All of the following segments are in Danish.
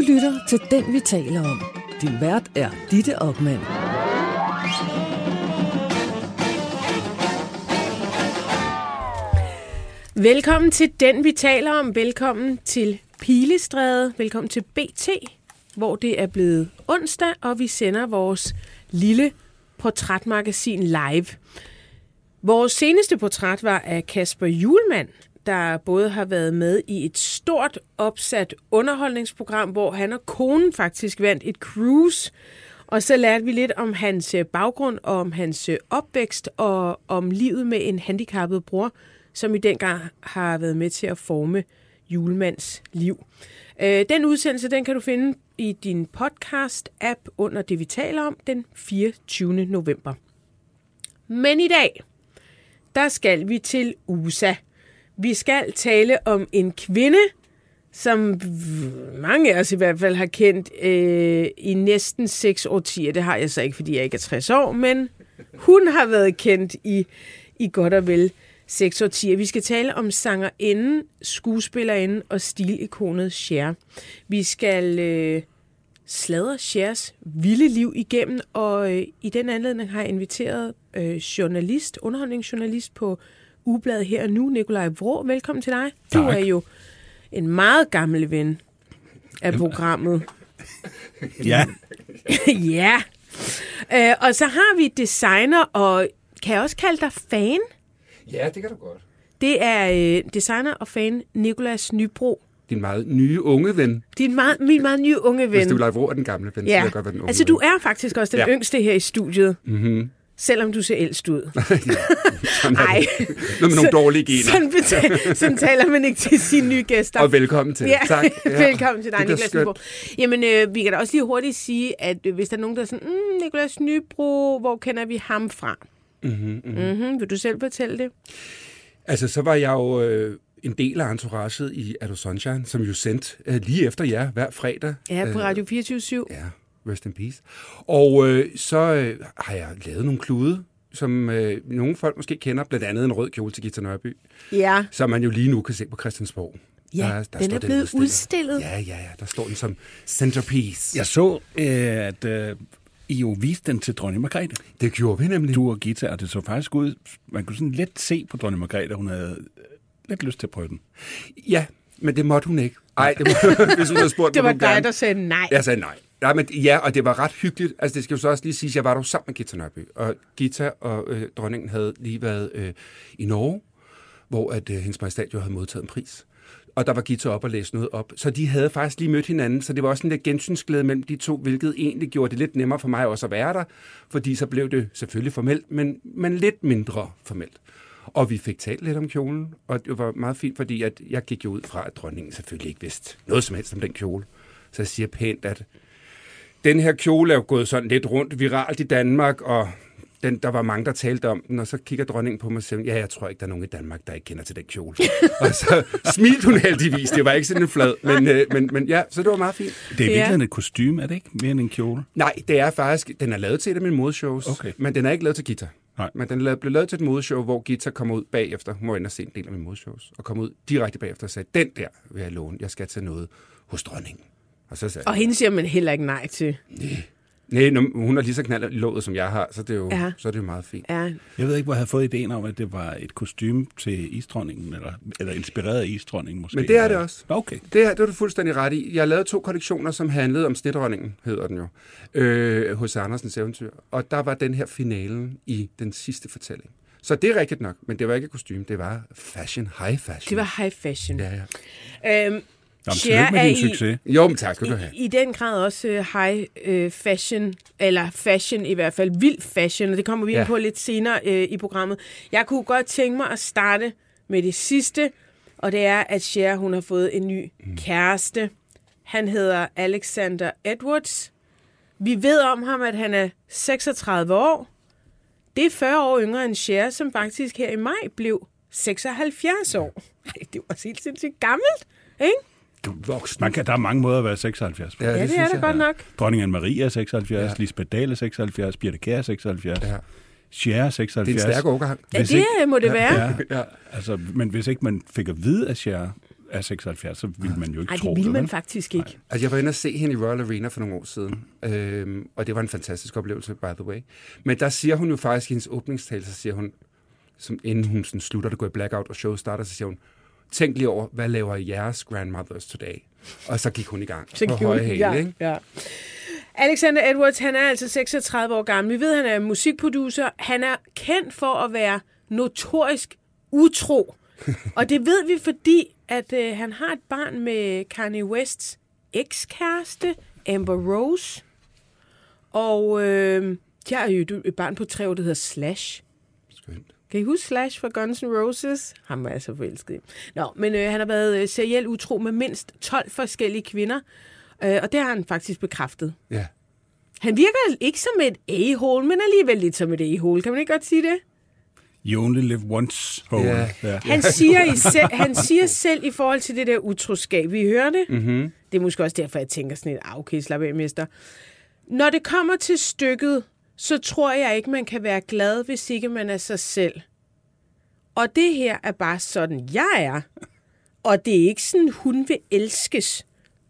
lytter til Den, vi taler om. Din vært er Ditte Okman. Velkommen til Den, vi taler om. Velkommen til Pilestræde. Velkommen til BT, hvor det er blevet onsdag, og vi sender vores lille portrætmagasin live. Vores seneste portræt var af Kasper Hjulmand, der både har været med i et stort opsat underholdningsprogram, hvor han og konen faktisk vandt et cruise. Og så lærte vi lidt om hans baggrund, og om hans opvækst, og om livet med en handicappet bror, som i den gang har været med til at forme Hjulmands liv. Den udsendelse, den kan du finde i din podcast-app under det, vi taler om, den 24. november. Men i dag, der skal vi til USA. Vi skal tale om en kvinde, som mange af os i hvert fald har kendt i næsten 6 årtier. Det har jeg så ikke, fordi jeg ikke er 60 år, men hun har været kendt i godt og vel 6 årtier. Vi skal tale om sangerinden, skuespillerinden og stilikonet Cher. Vi skal sladre Chers vilde liv igennem, og i den anledning har jeg inviteret underholdningsjournalist på Ugebladet Her og Nu, Nikolaj Vrå. Velkommen til dig. Tak. Du er jo en meget gammel ven af programmet. Ja. Ja. Og så har vi designer, og kan jeg også kalde dig fan? Ja, det kan du godt. Det er designer og fan Nicolas Nybro. Din meget nye unge ven. Min meget nye unge ven. Hvis du vil Vrå er den gamle ven, så vil jeg godt være den unge altså ven. du er faktisk også den yngste her i studiet. Mm-hmm. Selvom du ser ældst ud. Nej. Noget med nogle dårlige gener. Sådan taler man ikke til sine nye gæster. Og velkommen til. Ja. Tak. Ja. Velkommen til dig, Nicolas Nybro. Jamen, vi kan da også lige hurtigt sige, at hvis der er nogen, der er sådan, Nicolas Nybro, hvor kender vi ham fra? Vil du selv fortælle det? Altså, så var jeg jo en del af entouraget i Er du Sunshine, som jo sendt lige efter jer hver fredag. Ja, på Radio 24/7. Ja, rest in peace. Og så har jeg lavet nogle klude, som nogle folk måske kender, blandt andet en rød kjole til Githa Nørby. Ja. Som man jo lige nu kan se på Christiansborg. Ja, den er blevet udstillet. Ja, der står den som centerpiece. Jeg så, at I jo viste den til dronning Margrethe. Det gjorde vi nemlig. Du og Githa, og det så faktisk ud, man kunne sådan let se på dronning Margrethe, hun havde lidt lyst til at prøve den. Ja, men det måtte hun ikke. Ej, hvis hun havde spurgt, det var dig, der sagde nej. Jeg sagde nej. Ja, men, ja, og det var ret hyggeligt. Altså, det skal jo så også lige sige, at jeg var der sammen med Githa Nørby. Og Githa og dronningen havde lige været i Norge, hvor at hendes majestæt jo havde modtaget en pris. Og der var Githa op og læste noget op. Så de havde faktisk lige mødt hinanden, så det var også en lidt gensynsglæde mellem de to, hvilket egentlig gjorde det lidt nemmere for mig også at være der, fordi så blev det selvfølgelig formelt, men lidt mindre formelt. Og vi fik talt lidt om kjolen, og det var meget fint, fordi at jeg gik jo ud fra, at dronningen selvfølgelig ikke vidste noget som helst om den kjole. Så jeg siger pænt, at den her kjole er jo gået sådan lidt rundt viralt i Danmark, og der var mange, der talte om den, og så kigger dronningen på mig og siger, ja, jeg tror ikke, der er nogen i Danmark, der ikke kender til den kjole. Og så smilte hun heldigvis. Det var ikke sådan en flad, men ja, så det var meget fint. Det er virkelig et kostume, er det ikke? Mere end en kjole? Nej, det er faktisk, den er lavet til et af mine modeshows, okay. Men den er ikke lavet til Githa. Nej. Men den blev lavet til et modeshow, hvor Githa kommer ud bagefter. Hun må ind og se en del af mine modeshows. Og kom ud direkte bagefter og sagde, den der vil jeg låne. Jeg skal til noget hos dronningen. Og så sagde og hende siger man heller ikke nej til. Nej, hun har lige så knaldet i låget, som jeg har, så det er jo, så er det jo meget fint. Ja. Jeg ved ikke, hvor jeg havde fået ideen om, at det var et kostume til isdronningen, eller inspireret af isdronningen måske. Men det er det også. Okay. Det er du fuldstændig ret i. Jeg lavede 2 kollektioner, som handlede om Snedronningen, hedder den jo, hos Andersens eventyr. Og der var den her finalen i den sidste fortælling. Så det er rigtigt nok, men det var ikke kostume, det var fashion, high fashion. Det var high fashion. Ja. Cher er succes. Jo, men tak skal du have. I den grad også high fashion, eller fashion i hvert fald, vild fashion, og det kommer vi ind på lidt senere i programmet. Jeg kunne godt tænke mig at starte med det sidste, og det er, at Cher, hun har fået en ny kæreste. Han hedder Alexander Edwards. Vi ved om ham, at han er 36 år. Det er 40 år yngre end Cher, som faktisk her i maj blev 76 år. Det var helt sindssygt gammelt, ikke? Der er mange måder at være 76 på. Ja, det er der godt nok. Dronning Anne-Marie er 76, Lisbeth Dahl er 76, Birthe Kjær er 76, Cher er 76. Det er en stærk overgang. Ja, det må det være. Ja. Altså, men hvis ikke man fik at vide af Cher, er 76, så ville man jo ikke tro det ville man faktisk ikke. Altså, jeg var inde og se hende i Royal Arena for nogle år siden, og det var en fantastisk oplevelse, by the way. Men der siger hun jo faktisk i hendes åbningstale, så siger hun, som inden hun sådan slutter, det går i blackout, og showet starter, så siger hun, tænk lige over, hvad laver jeres grandmothers today? Og så gik hun i gang på høje hæle, ikke? Ja. Alexander Edwards, han er altså 36 år gammel. Vi ved, han er musikproducer. Han er kendt for at være notorisk utro. Og det ved vi, fordi at han har et barn med Kanye Wests ekskæreste, Amber Rose. Og de har jo et barn på 3 år, der hedder Slash. Skønt. Kan I huske Slash fra Guns N' Roses? Han var altså forelsket i. Nå, men han har været serielt utro med mindst 12 forskellige kvinder. Og det har han faktisk bekræftet. Ja. Han virker ikke som et a-hole, men alligevel lidt som et a-hole. Kan man ikke godt sige det? You only live once, hole. Ja. Ja. Han siger selv i forhold til det der utroskab. Vi hører det. Mm-hmm. Det er måske også derfor, jeg tænker sådan et, okay, slap af, mester. Når det kommer til stykket, så tror jeg ikke, man kan være glad, hvis ikke man er sig selv. Og det her er bare sådan, jeg er. Og det er ikke sådan, hun vil elskes.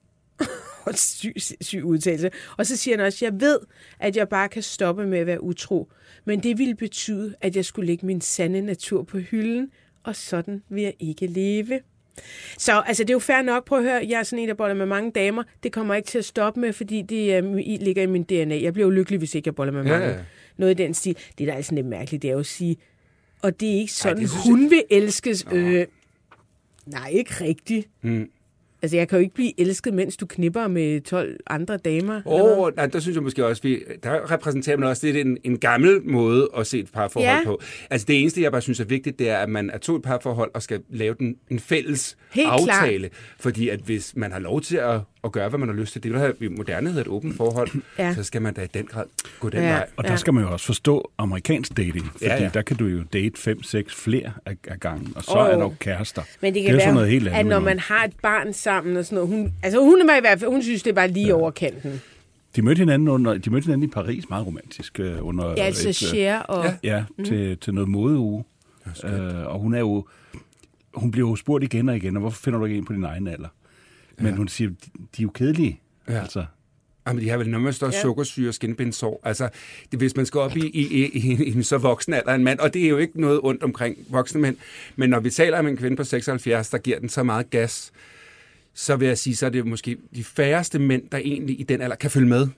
Syg udtalelse. Og så siger han også, jeg ved, at jeg bare kan stoppe med at være utro. Men det ville betyde, at jeg skulle lægge min sande natur på hylden, og sådan vil jeg ikke leve. Så altså, det er jo fair nok. Prøv at høre, jeg er sådan en, der boller med mange damer. Det kommer ikke til at stoppe med, fordi det ligger i min DNA. Jeg bliver jo lykkelig, hvis ikke jeg boller med mange. Ja. Noget i den stil. Det, der er sådan lidt mærkeligt, det er jo at sige, og det er ikke sådan, hun vil elskes. Nej, ikke rigtigt. Altså, jeg kan jo ikke blive elsket, mens du knipper med 12 andre damer. Nej, der synes jeg måske også, der repræsenterer man også lidt en gammel måde at se et parforhold på. Altså, det eneste, jeg bare synes er vigtigt, det er, at man er to et parforhold og skal lave en fælles aftale. Klar. Fordi at hvis man har lov til at gøre, hvad man har lyst til, det vil have i moderne hedder et åbent forhold, så skal man da i den grad gå den vej. Og der skal man jo også forstå amerikansk dating, fordi der kan du jo date 5-6 flere af gangen, og så er der jo kærester. Men det kan være, noget helt andet, at når man har et barn sammen og sådan noget, hun er i hvert fald, hun synes, det er bare lige over kanten. De mødte hinanden i Paris, meget romantisk. Under altså Cher og... til noget modeuge. Og hun bliver jo spurgt igen og igen, og hvorfor finder du ikke en på din egen alder? Men hun siger, de er jo kedelige. Ja. Altså. Jamen, de har vel nærmest også sukkersyge og skinbindsår. Altså, hvis man skal op i en så voksen alder en mand, og det er jo ikke noget ondt omkring voksne mænd, men når vi taler om en kvinde på 76, der giver den så meget gas, så vil jeg sige, så er det måske de færreste mænd, der egentlig i den alder kan følge med,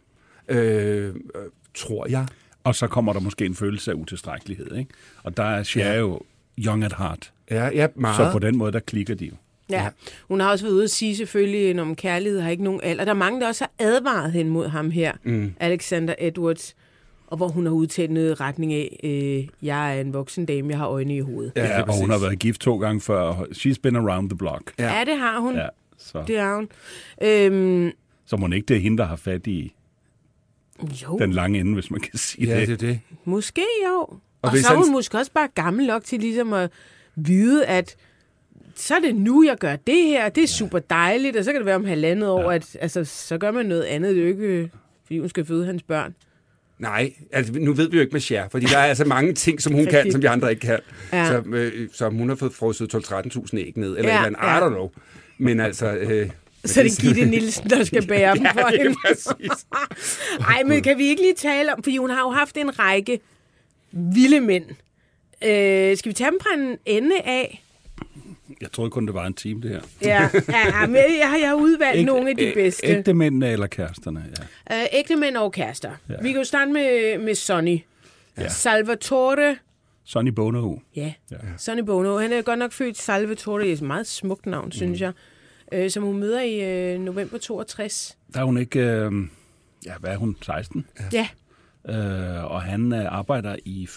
tror jeg. Og så kommer der måske en følelse af utilstrækkelighed, ikke? Og der er Cher jo young at heart. Ja, meget. Så på den måde, der klikker de jo. Ja, hun har også været ude at sige selvfølgelig, om kærlighed har ikke nogen alder. Der er mange, der også har advaret hen mod ham her, Alexander Edwards, og hvor hun har udtalt noget i retning af, jeg er en voksen dame, jeg har øjne i hovedet. Ja, og hun har været gift 2 gange før. She's been around the block. Ja, det har hun. Ja, så. Det har hun. Så må ikke det er hende, der har fat i den lange ende, hvis man kan sige det. Ja, det er det. Måske jo. Og så er hun måske også bare gammel nok til ligesom at vide, at så er det nu, jeg gør det her. Det er super dejligt, og så kan det være om 1,5 år, at altså, så gør man noget andet. Det er jo ikke, fordi hun skal føde hans børn. Nej, altså nu ved vi jo ikke med Cher, fordi der er altså mange ting, som hun kan, som de andre ikke kan. Ja. Så hun har fået frosset 12-13.000 æg ned, eller et eller andet, I don't know. Men altså... så det er Gitte Nielsen, der skal bære dem for hende. Nej, men kan vi ikke lige tale om, fordi hun har jo haft en række vilde mænd. Skal vi tage dem fra en ende af? Jeg troede kun, det var en time, det her. Ja, men jeg har udvalgt nogle af de bedste. Ægte mænd eller kæresterne, ja. Ægte mænd og kærester. Ja. Vi kan jo starte med Sonny. Ja. Salvatore. Sonny Bono. Ja, Sonny Bono. Han er godt nok født Salvatore. Det er et meget smukt navn, synes jeg. Som hun møder i november 62. Der er hun ikke... hvad er hun? 16? Ja. Og han arbejder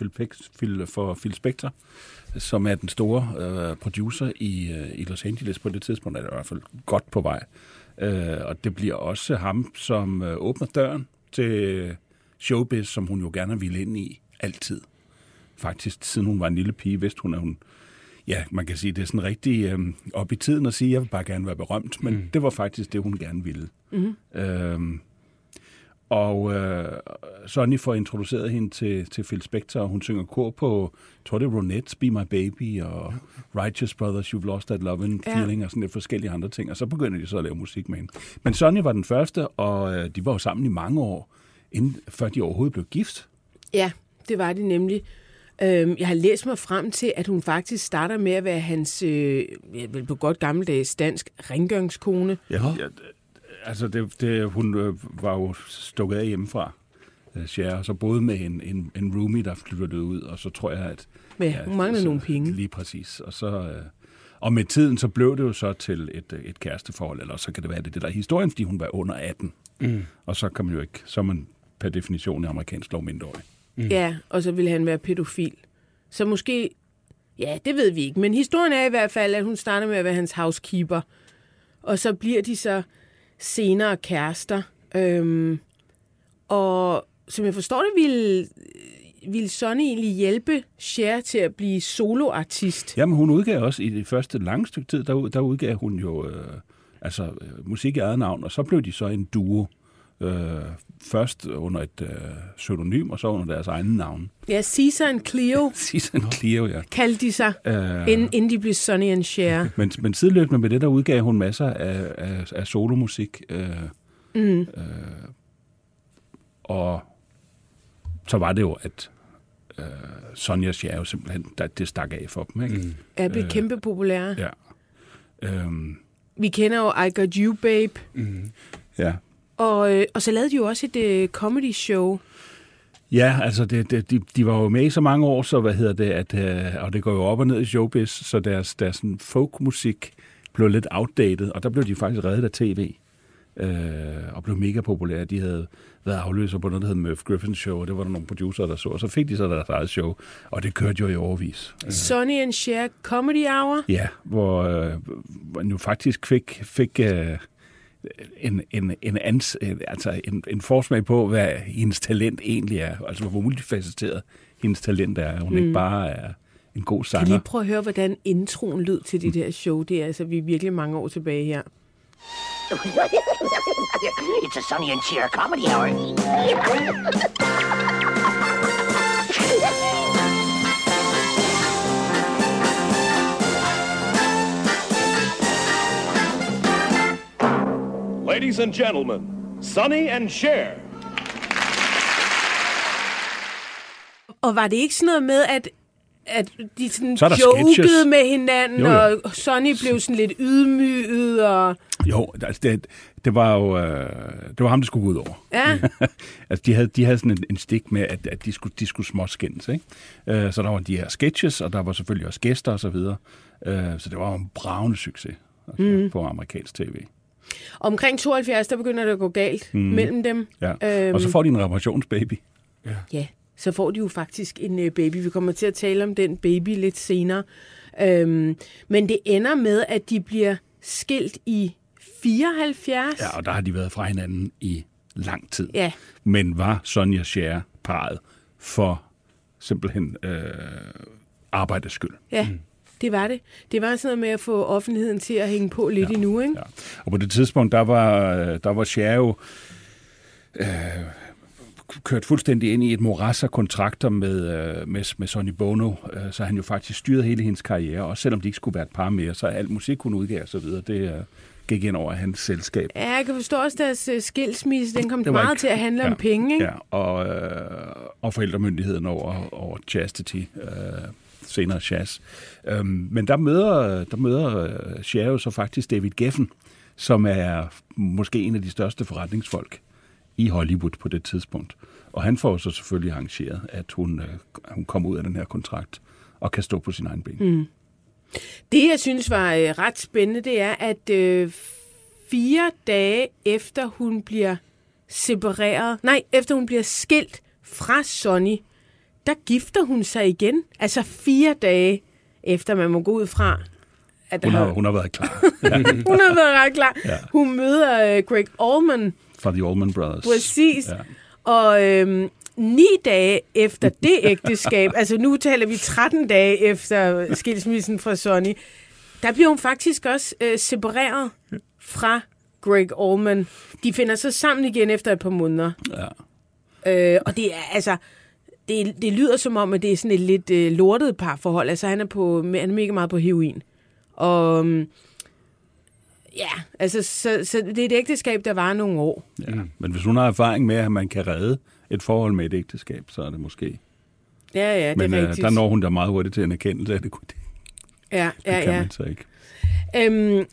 for Phil Spector, som er den store producer i Los Angeles på det tidspunkt, er det i hvert fald godt på vej. Og det bliver også ham, som åbner døren til showbiz, som hun jo gerne ville ind i altid. Faktisk, siden hun var en lille pige, vidste hun, at hun... Ja, man kan sige, det er sådan rigtig op i tiden at sige, at jeg vil bare gerne være berømt, men det var faktisk det, hun gerne ville. Og Sonny får introduceret hende til Phil Spector, og hun synger kor på, jeg tror det er Ronettes, Be My Baby, og Righteous Brothers, You've Lost That Love and Feeling, og sådan lidt forskellige andre ting. Og så begynder de så at lave musik med hende. Men Sonny var den første, og de var jo sammen i mange år, før de overhovedet blev gift. Ja, det var det nemlig. Jeg har læst mig frem til, at hun faktisk starter med at være hans, på godt gammeldags dansk, rengøringskone. Ja, altså hun var jo stukket af hjemmefra, Cher, og så boede med en roomie, der flyttede ud, og så tror jeg, at... Ja, hun manglede nogle penge. Lige præcis. Og så... Og med tiden, så blev det jo så til et kæresteforhold, eller så kan det være det der historien, fordi hun var under 18. Og så kan man jo ikke, så er man per definition i amerikansk lov mindreårig. Ja, og så ville han være pædofil. Så måske, ja, det ved vi ikke, men historien er i hvert fald, at hun starter med at være hans housekeeper, og så bliver de så senere kærester. Og som jeg forstår det, ville Sonny egentlig hjælpe Cher til at blive soloartist. Jamen, hun udgav også i det første lange stykke tid, der udgav hun jo musik i eget navn, og så blev de så en duo. Først under et pseudonym, og så under deres egne navn. Ja, Caesar and Cleo. Caesar and Cleo, ja. Kaldte de sig, inden de blev Sonny and Cher. Men sideløbende med det, der udgav hun masser af solomusik. Og så var det jo, at Sonny og Cher jo simpelthen, det stak af for dem, ikke? Er blevet kæmpe populære. Ja. Vi kender jo I Got You, Babe. Ja. Og så lavede de jo også et comedy show. Ja, altså de var jo med i så mange år, så og det går jo op og ned i showbiz, så deres folkmusik blev lidt outdated, og der blev de faktisk reddet af tv. Og blev mega populære. De havde været afløser på noget, der hed Merv Griffin Show, og det var der nogle producer, der så. Og så fik de så deres eget show, og det kørte jo i årevis. Sonny and Cher Comedy Hour? Ja, hvor man jo faktisk fik en forsmag på, hvad hendes talent egentlig er. Altså, hvor multifaceteret hendes talent er. Hun ikke bare er en god sanger. Kan I lige prøve at høre, hvordan introen lød til det der show? Det er altså, vi er virkelig mange år tilbage her. It's a Sonny and Cher Comedy Hour. Ladies and gentlemen, Sonny and Cher. Og var det ikke sådan noget med, at de sådan jokede med hinanden, jo. Og Sonny blev sådan lidt ydmyget? Og... Jo, altså det var jo det var ham, der skulle gå ud over. Ja. Altså de havde sådan en stik med, at de skulle småskændes, ikke? Så der var de her sketches, og der var selvfølgelig også gæster og så videre. Så det var jo en bragende succes på amerikansk tv. Omkring 72, der begynder det at gå galt mellem dem. Ja. Og så får de en reparationsbaby. Ja, så får de jo faktisk en baby. Vi kommer til at tale om den baby lidt senere. Men det ender med, at de bliver skilt i 74. Ja, og der har de været fra hinanden i lang tid. Ja. Men var Sonny og Cher parret for simpelthen arbejdets skyld. Ja. Det var det. Det var sådan noget med at få offentligheden til at hænge på lidt endnu, ikke? Ja. Og på det tidspunkt, der var Cher jo kørt fuldstændig ind i et morads af kontrakter med Sonny Bono, så han jo faktisk styrede hele hendes karriere, og selvom de ikke skulle være et par mere, så alt musik, hun udgav og så videre, det gik ind over hans selskab. Ja, jeg kan forstå også, deres skilsmisse, den kom meget til at handle om penge, ikke? Ja, og forældremyndigheden over chastity, senere jazz. Men der møder Cher jo så faktisk David Geffen, som er måske en af de største forretningsfolk i Hollywood på det tidspunkt. Og han får så selvfølgelig arrangeret, at hun kommer ud af den her kontrakt og kan stå på sin egen ben. Det, jeg synes var ret spændende, det er, at 4 dage efter hun bliver efter hun bliver skilt fra Sonny, der gifter hun sig igen. Altså 4 dage efter, man må gå ud fra, at hun har været klar. Hun har været ret klar. Ja. Hun møder Greg Allman. Fra The Allman Brothers. Præcis. Ja. Og 9 dage efter det ægteskab, altså nu taler vi 13 dage efter skilsmissen fra Sonny, der bliver hun faktisk også separeret fra Greg Allman. De finder sig sammen igen efter et par måneder. Ja. Og det er altså... Det lyder som om, at det er sådan et lidt lortet parforhold. Altså, han er mega meget på heroin. Og ja, altså, så det er et ægteskab, der var nogle år. Ja. Men hvis hun har erfaring med, at man kan redde et forhold med et ægteskab, så er det måske... Ja, det men, er rigtigt. der når hun da meget hurtigt til en erkendelse af det. Ja. Man så ikke.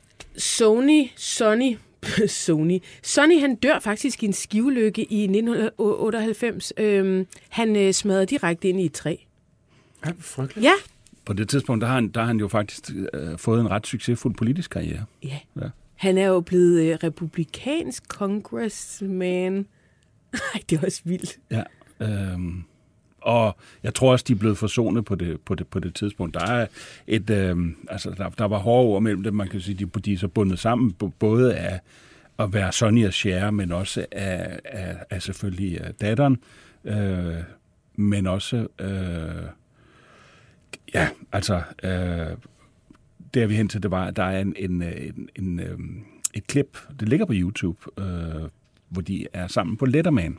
Sonny, han dør faktisk i en skivulykke i 1998. Han smadrede direkte ind i et træ. Ja, frygteligt. Ja. På det tidspunkt, der har han jo faktisk fået en ret succesfuld politisk karriere. Ja. Ja. Han er jo blevet republikansk congressman. Ej, det er også vildt. Ja. Og jeg tror også, de er blevet forsonet på det tidspunkt. Der er der var hårde ord mellem dem, man kan sige, de er så bundet sammen, både af at være Sonny og Cher, men også af selvfølgelig datteren, men også der vi hen til, det var, at der er et klip, det ligger på YouTube, hvor de er sammen på Letterman.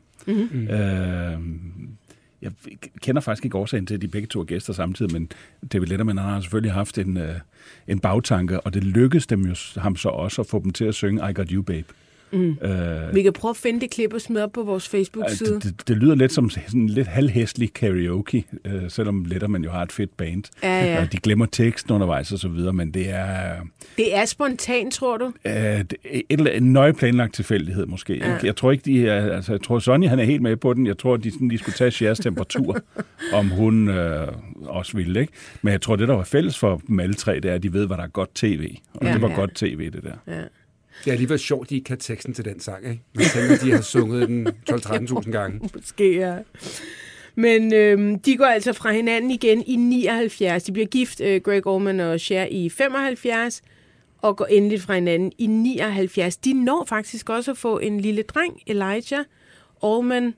Mm-hmm. Jeg kender faktisk ikke årsagen til, at de begge to er gæster samtidig, men David Letterman har selvfølgelig haft en bagtanke, og det lykkedes ham så også at få dem til at synge I Got You, Babe. Vi kan prøve at finde det klip og smide op på vores Facebook-side. Det lyder lidt som sådan lidt halvhæstlig karaoke, selvom Letterman jo har et fedt band. Ja. Og de glemmer teksten undervejs og så videre, men det er... Det er spontant, tror du? En nøje planlagt tilfældighed måske. Ja. Jeg tror ikke, jeg tror Sonny, han er helt med på den. Jeg tror, de skulle tage Chers temperatur, om hun også ville, ikke? Men jeg tror, det der var fælles for dem alle tre, det er, at de ved, hvad der er godt tv. Og det var godt tv, det der. Ja. Det er alligevel sjovt, de ikke kan teksten til den sang, ikke? Man tænker, de har sunget den 12-13.000 gange. Måske, ja. Men de går altså fra hinanden igen i 79. De bliver gift, Greg Allman og Cher, i 75, og går endelig fra hinanden i 79. De når faktisk også at få en lille dreng, Elijah Allman.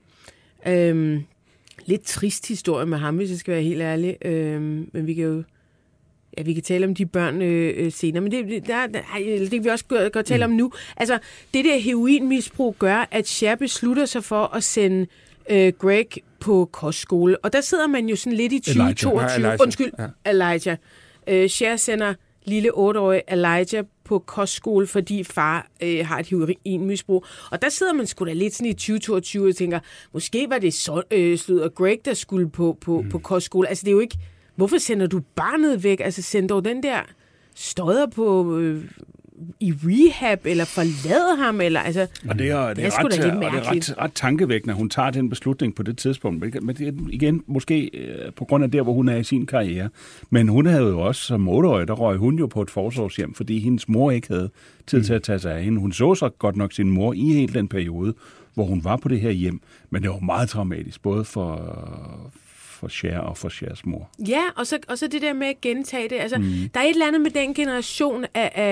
Lidt trist historie med ham, hvis jeg skal være helt ærlig. Men vi kan jo... Ja, vi kan tale om de børn senere, men det kan vi også godt tale om nu. Altså, det der heroinmisbrug gør, at Cher beslutter sig for at sende Greg på kostskole. Og der sidder man jo sådan lidt i 2022. Undskyld, Elijah. Cher sender lille 8-årige Elijah på kostskole, fordi far har et heroinmisbrug. Og der sidder man sgu da lidt sådan i 2022 og tænker, måske var det Greg, der skulle på kostskole. Altså, det er jo ikke... Hvorfor sender du barnet væk? Altså, send dog den der stodder på i rehab, eller forlade ham, eller altså... Og det er ret tankevækkende, at hun tager den beslutning på det tidspunkt. Men det er igen, måske på grund af der, hvor hun er i sin karriere. Men hun havde jo også, som 8-årig, der røg hun jo på et forsorgshjem, fordi hendes mor ikke havde tid til at tage sig af hende. Hun så godt nok sin mor i hele den periode, hvor hun var på det her hjem. Men det var meget traumatisk, både for Cher og for Chers mor. Ja, og så det der med at gentage det. Altså, der er et eller andet med den generation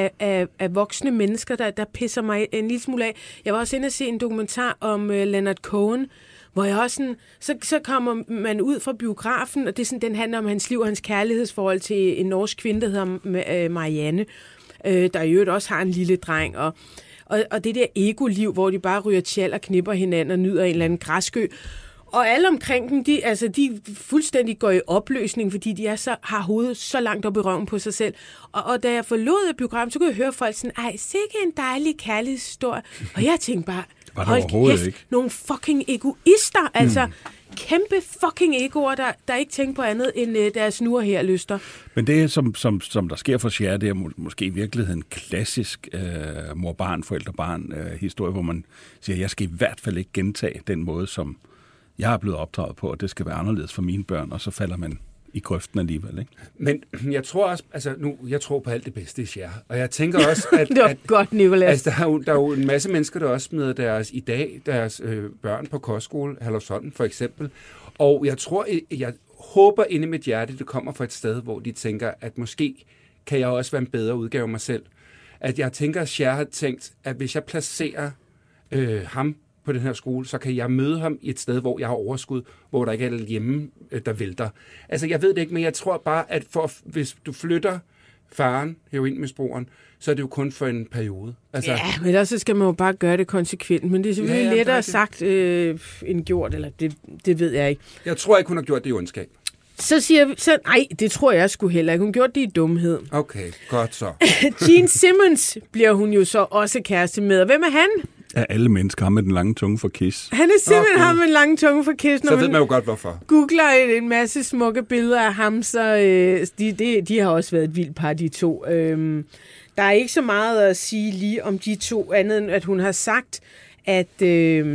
af voksne mennesker, der pisser mig en lille smule af. Jeg var også inde og se en dokumentar om Leonard Cohen, hvor jeg også så kommer man ud fra biografen, og det er sådan, den handler om hans liv og hans kærlighedsforhold til en norsk kvinde, der hedder Marianne, der i øvrigt også har en lille dreng, og det der ego-liv, hvor de bare ryger tjal og knipper hinanden og nyder en eller anden græskø. Og alle omkring dem, de fuldstændig går i opløsning, fordi de har hovedet så langt op i røven på sig selv. Og da jeg forlod biografen, så kunne jeg høre folk sådan, ej, sikke en dejlig kærlighedshistorie. Og jeg tænkte bare, hold kæft, ikke? Nogle fucking egoister, altså kæmpe fucking egoer, der ikke tænker på andet end deres nu og her lyster. Men det, som der sker for Cher, det er måske i virkeligheden klassisk mor-barn, forældre-barn historie, hvor man siger, jeg skal i hvert fald ikke gentage den måde, som jeg er blevet opdraget på, og det skal være anderledes for mine børn, og så falder man i grøften alligevel, ikke? Men jeg tror også, jeg tror på alt det bedste i Cher, og jeg tænker også, at... det var godt, Nicolas. Altså, der er jo en masse mennesker, der også smider deres børn på kostskole, Herlufsholm for eksempel, og jeg håber inde i mit hjerte, det kommer fra et sted, hvor de tænker, at måske kan jeg også være en bedre udgave af mig selv. At jeg tænker, at Cher har tænkt, at hvis jeg placerer ham på den her skole, så kan jeg møde ham i et sted, hvor jeg har overskud, hvor der ikke er hjemme, der vælter. Altså, jeg ved det ikke, men jeg tror bare, at hvis du flytter faren, heroinmisbrugeren, så er det jo kun for en periode. Altså, Ja, men ellers så skal man jo bare gøre det konsekvent. Men det er selvfølgelig lettere sagt end gjort, eller det ved jeg ikke. jeg tror ikke, hun har gjort det i ondskab. Så siger vi, nej, det tror jeg sgu heller ikke. Hun gjorde det i dumhed. Okay, godt så. Gene Simmons bliver hun jo så også kæreste med. Og hvem er han? Af alle mennesker, ham med den lange tunge for Kiss. Han er simpelthen ham med en lang tunge for Kiss. Så ved man jo godt, hvorfor. Googler en masse smukke billeder af ham, så de har også været et vildt par, de to. Der er ikke så meget at sige lige om de to, andet end at hun har sagt, at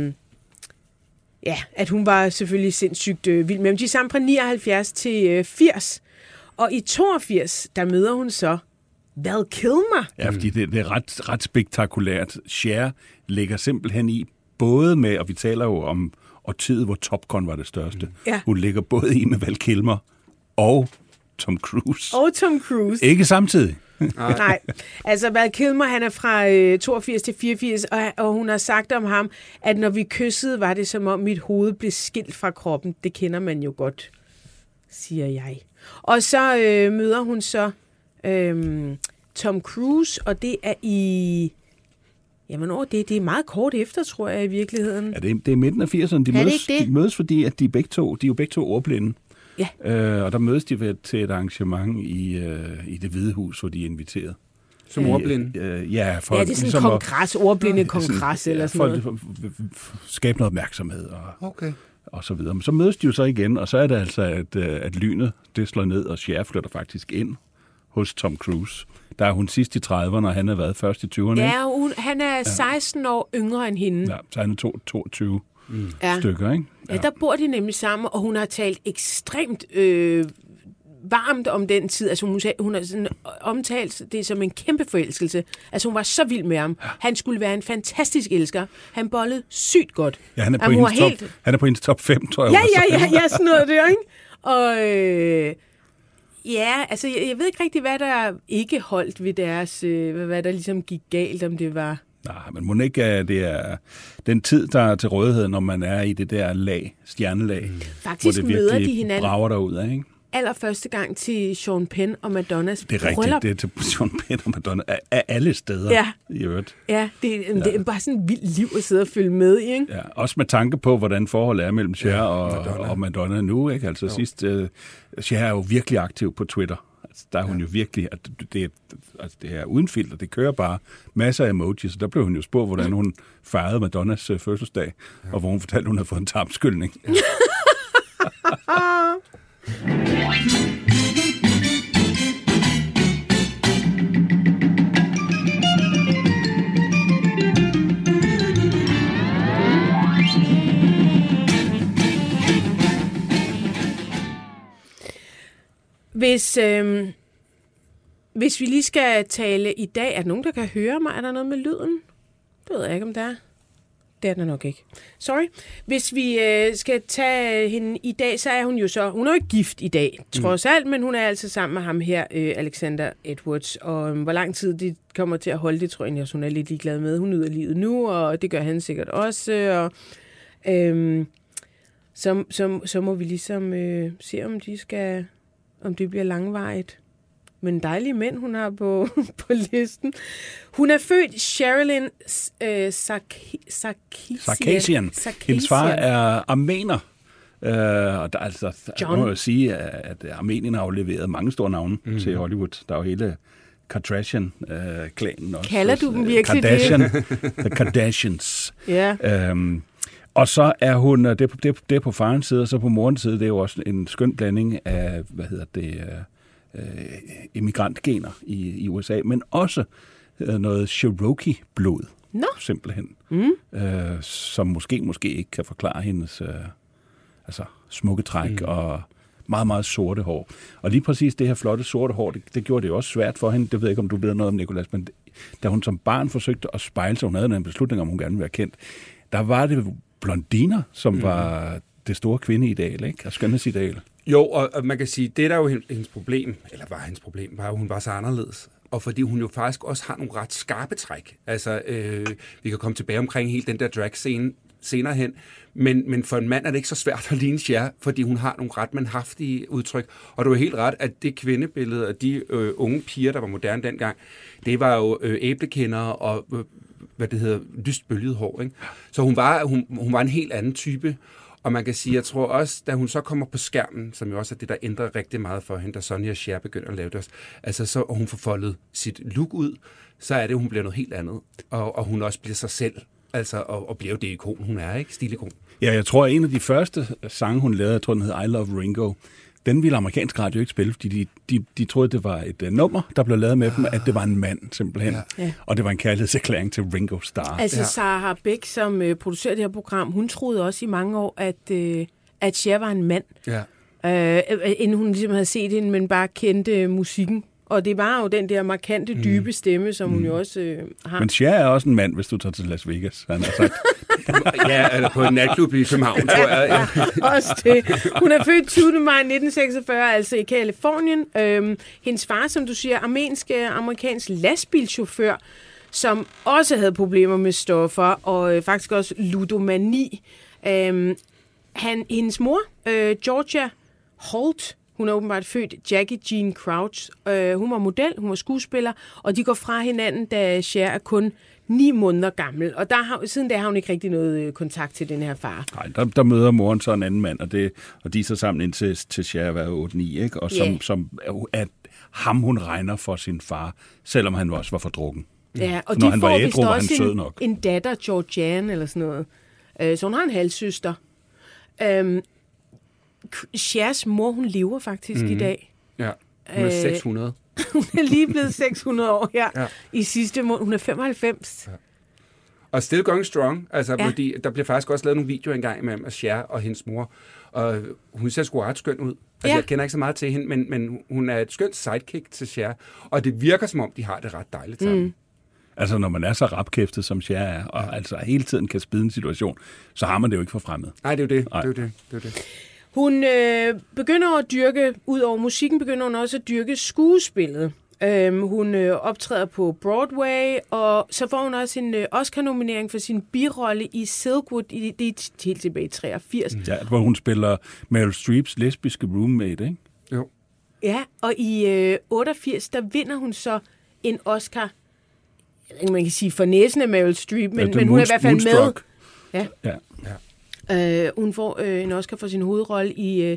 at hun var selvfølgelig sindssygt vild med dem. De er sammen fra 79 til 80. Og i 82, der møder hun så Val Kilmer. Ja, fordi det er ret spektakulært. Cher ligger simpelthen i, både med, og vi taler jo om årtiet, hvor Top Gun var det største. Ja. Hun ligger både i med Val Kilmer og Tom Cruise. Og Tom Cruise. Ikke samtidig. Nej, altså Val Kilmer, han er fra 82 til 84, og hun har sagt om ham, at når vi kyssede, var det som om mit hoved blev skilt fra kroppen. Det kender man jo godt, siger jeg. Og så møder hun så Tom Cruise, og det er i... Jamen, det er meget kort efter, tror jeg, i virkeligheden. Ja, det er midten af 80'erne. De mødes, fordi at de er jo begge to ordblinde. Ja. Og der mødes de til et arrangement i Det Hvide Hus, hvor de er inviteret. Som ordblinde? Ja, det er sådan en kongres, ordblinde kongres eller sådan noget. Skabe noget opmærksomhed og så videre. Men så mødes de jo så igen, og så er det altså, at lynet det slår ned, og Cher flytter faktisk ind hos Tom Cruise. Der er hun sidst i 30'erne, og han har været først i 20'erne. Ja, han er 16 år yngre end hende. Ja, så han er 22 stykker, ikke? Ja, der bor de nemlig sammen, og hun har talt ekstremt varmt om den tid. Altså hun har sådan omtalt det som en kæmpe forelskelse. Altså hun var så vild med ham. Han skulle være en fantastisk elsker. Han bollede sygt godt. Ja, han er på hendes top 5, tror jeg. Ja, sådan noget der, ikke? Og altså jeg ved ikke rigtig, hvad der ikke holdt ved deres, hvad der ligesom gik galt, om det var... Nej, men må ikke, det er den tid, der er til rådighed, når man er i det der stjernelag. Faktisk hvor det møder de hinanden. Brager derud af, ikke? Allerførste gang til Sean Penn og Madonnas bryllup. Det er rigtigt, det er til Sean Penn og Madonna af alle steder i øvrigt. Ja, det er bare sådan et vildt liv at sidde og følge med i, ikke? Ja, også med tanke på, hvordan forholdet er mellem Cher og Madonna nu, ikke? Altså sidst, Cher er jo virkelig aktiv på Twitter. Altså, der er hun jo virkelig, det er uden filter, det kører bare masser af emojis, og der blev hun jo spurgt, hvordan hun fejrede Madonnas fødselsdag, og hvor hun fortalte, at hun havde fået en tarmskyldning. Hvis vi lige skal tale i dag, er der nogen, der kan høre mig? Er der noget med lyden? Det ved jeg ikke, om der er. Det er der nok ikke. Sorry. Hvis vi skal tage hende i dag, så er hun jo så... Hun er jo ikke gift i dag, trods alt, men hun er altså sammen med ham her, Alexander Edwards. Og hvor lang tid de kommer til at holde det, tror jeg, hun er lidt ligeglad med. Hun nyder livet nu, og det gør han sikkert også. Og så må vi ligesom se, om det bliver langvarigt. Men dejlige mænd, hun har på listen. Hun er født Sherilyn Sarkisian. Hendes far er armener. Og der, altså, man må jo sige, at Armenien har jo leveret mange store navne til Hollywood. Der er jo hele Kardashian-klanen også. Kalder du dem virkelig The Kardashians. Ja. Og så er hun, det er på farens side, og så på morens side, det er jo også en skøn blanding af, immigrantgener i USA, men også noget Cherokee-blod, simpelthen, som måske ikke kan forklare hendes smukke træk og meget, meget sorte hår. Og lige præcis det her flotte sorte hår, det gjorde det jo også svært for hende. Det ved jeg ikke, om du ved noget om, Nicolas, men da hun som barn forsøgte at spejle sig, hun havde en beslutning, om hun gerne ville være kendt, der var det blondiner, som var det store kvindeideal, ikke? Og skønhedsideal. Jo, og man kan sige, det der er jo hendes problem, eller var hendes problem, var jo, hun var så anderledes. Og fordi hun jo faktisk også har nogle ret skarpe træk. Altså, vi kan komme tilbage omkring hele den der drag-scene, senere hen. Men for en mand er det ikke så svært at ligne Cher, fordi hun har nogle ret mandhaftige udtryk. Og du er helt ret, at det kvindebillede af de unge piger, der var moderne dengang, det var jo æblekender og lyst bølget hår. Ikke? Så hun var en helt anden type. Og man kan sige, jeg tror også, da hun så kommer på skærmen, som jo også er det, der ændrer rigtig meget for hende, da Sonny og Cher begynder at lave det, altså så hun får foldet sit look ud, så er det, hun bliver noget helt andet. Og hun også bliver sig selv, altså, og bliver jo det ikon, hun er, ikke? Stilikon. Ja, jeg tror, en af de første sange, hun lavede, jeg tror, den hed I Love Ringo, den ville amerikansk radio ikke spille, fordi de troede, det var et nummer, der blev lavet med dem, at det var en mand, simpelthen. Ja. Og det var en kærlighedserklæring til Ringo Starr. Altså, Sarah Beck, som producerer det her program, hun troede også i mange år, at Cher var en mand. Ja. Inden hun ligesom havde set hende, men bare kendte musikken. Og det var jo den der markante, dybe stemme, som hun jo også har. Men Cher er også en mand, hvis du tager til Las Vegas, han har sagt. Ja, eller på en natklub i København, tror jeg. Ja, også det. Hun er født 20. maj 1946, altså i Kalifornien. Hendes far, som du siger, amerikansk lastbilchauffør, som også havde problemer med stoffer, og faktisk også ludomani. Hendes mor, Georgia Holt, hun er åbenbart født Jackie Jean Crouch. Hun var model, hun var skuespiller, og de går fra hinanden, da Cher er kun 9 måneder gammel. Og siden da har hun ikke rigtig noget kontakt til den her far. Nej, der møder moren så en anden mand, og de er så sammen indtil Cher var 8-9, ikke? Og som er ham, hun regner for sin far, selvom han også var for drukken. Ja, og når de han får var vist ædru, også en datter, Georgianne, eller sådan noget. Så hun har en halvsøster. Chers mor, hun lever faktisk i dag. Ja, hun er 600. Hun er lige blevet 600 år her i sidste måned. Hun er 95. Ja. Og still going strong. Altså, fordi der bliver faktisk også lavet nogle videoer engang med Cher og hendes mor. Og hun ser sgu ret skøn ud. Altså, jeg kender ikke så meget til hende, men hun er et skønt sidekick til Cher. Og det virker, som om de har det ret dejligt sammen. Altså, når man er så rapkæftet, som Cher er, og altså hele tiden kan spide en situation, så har man det jo ikke for fremmed. Nej, det er jo det. Nej. Det er jo det. Hun begynder at dyrke, ud over musikken, begynder hun også at dyrke skuespillet. Hun optræder på Broadway, og så får hun også en Oscar-nominering for sin birolle i Silkwood, det er helt tilbage i 83. Ja, hvor hun spiller Meryl Streeps lesbiske roommate, ikke? Jo. Ja, og i 88, der vinder hun så en Oscar, jeg ved ikke, man kan sige for næsen af Meryl Streep, men hun er i hvert fald Moonstruck. med. Ja. Hun får en Oscar for sin hovedrolle i...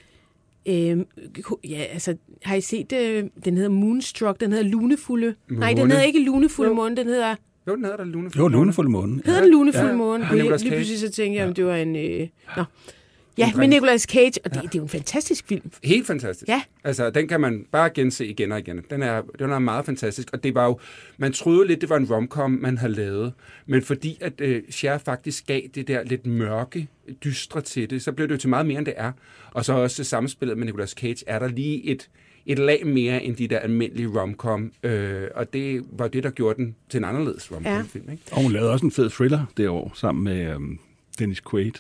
har I set den hedder Moonstruck, den hedder Lunefulde... Nej, den hedder ikke Lunefulde Måne, den hedder... Jo, den hedder der Lunefulde Måne. Jo, Lunefulde Måne. Hedder den Lunefulde Måne? Lige pludselig så tænkte jeg, om det var en... Ja, med Nicolas Cage, og det er jo en fantastisk film. Helt fantastisk. Ja. Altså, den kan man bare gense igen og igen. Den er meget fantastisk, og det var jo... Man troede lidt, det var en romcom, man havde lavet, men fordi at Cher faktisk gav det der lidt mørke, dystre til det, så blev det jo til meget mere, end det er. Og så også samspillet med Nicolas Cage, er der lige et lag mere end de der almindelige romcom, og det var det, der gjorde den til en anderledes romcom-film. Ikke? Og hun lavede også en fed thriller det år, sammen med Dennis Quaid.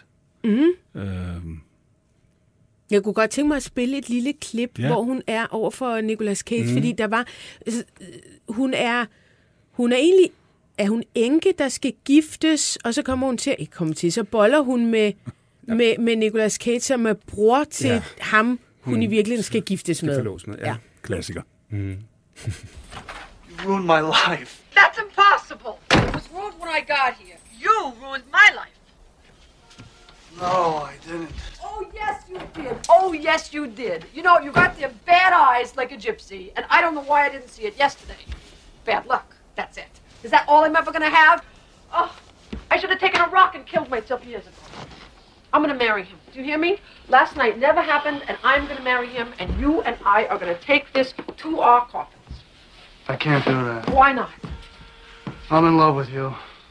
Jeg kunne godt tænke mig at spille et lille klip, hvor hun er over for Nicolas Cage, fordi der var... Hun er egentlig... Er hun enke, der skal giftes, og så kommer hun til... Så boller hun med Nicolas Cage, som er bror til ham, hun i virkeligheden skal giftes med. Ja. Klassiker. You ruined my life. That's impossible. It was ruined when I got here. You ruined my life. No, I didn't. Oh, yes, you did. Oh, yes, you did. You know, you got them bad eyes like a gypsy, and I don't know why I didn't see it yesterday. Bad luck. That's it. Is that all I'm ever going to have? Oh, I should have taken a rock and killed myself years ago. I'm going to marry him. Do you hear me? Last night never happened, and I'm going to marry him, and you and I are going to take this to our coffins. I can't do that. Why not? I'm in love with you.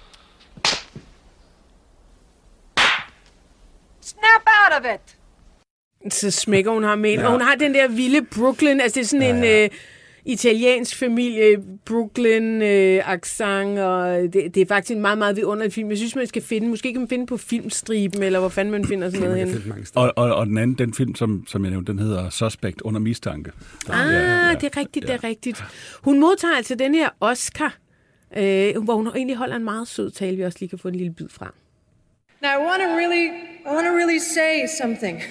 Snap out of it! Så smækker hun ham ind, og hun har den der vilde Brooklyn, altså det er sådan en italiensk familie, Brooklyn-accent, og det er faktisk en meget, meget vidunderlig film. Jeg synes, man skal finde, måske kan man finde på Filmstriben, eller hvor fanden man finder sådan noget henne. Og den anden, den film, som jeg nævnte, den hedder Suspect under mistanke. Det er rigtigt, det er rigtigt. Hun modtager altså den her Oscar, hvor hun egentlig holder en meget sød tale, vi også lige kan få en lille bid fra. Now, I want to really say something.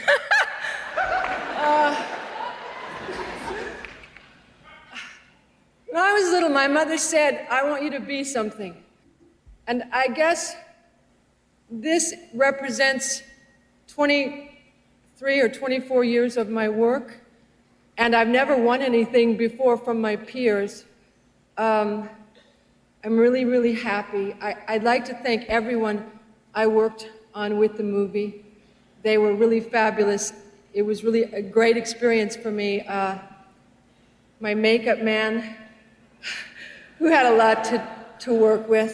When I was little, my mother said, I want you to be something. And I guess this represents 23 or 24 years of my work, and I've never won anything before from my peers. I'm really, really happy. I'd like to thank everyone I worked on with the movie. They were really fabulous. It was really a great experience for me. My makeup man, who had a lot to work with.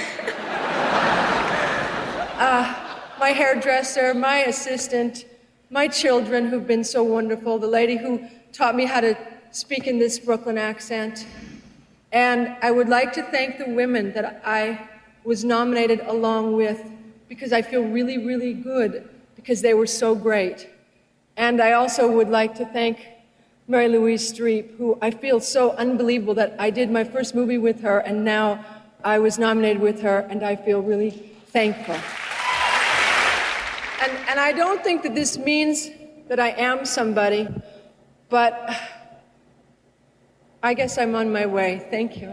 My hairdresser, my assistant, my children who've been so wonderful, the lady who taught me how to speak in this Brooklyn accent. And I would like to thank the women that I was nominated along with, because I feel really, really good because they were so great. And I also would like to thank Mary Louise Streep, who I feel so unbelievable that I did my first movie with her, and now I was nominated with her, and I feel really thankful. And I don't think that this means that I am somebody, but I guess I'm on my way. Thank you.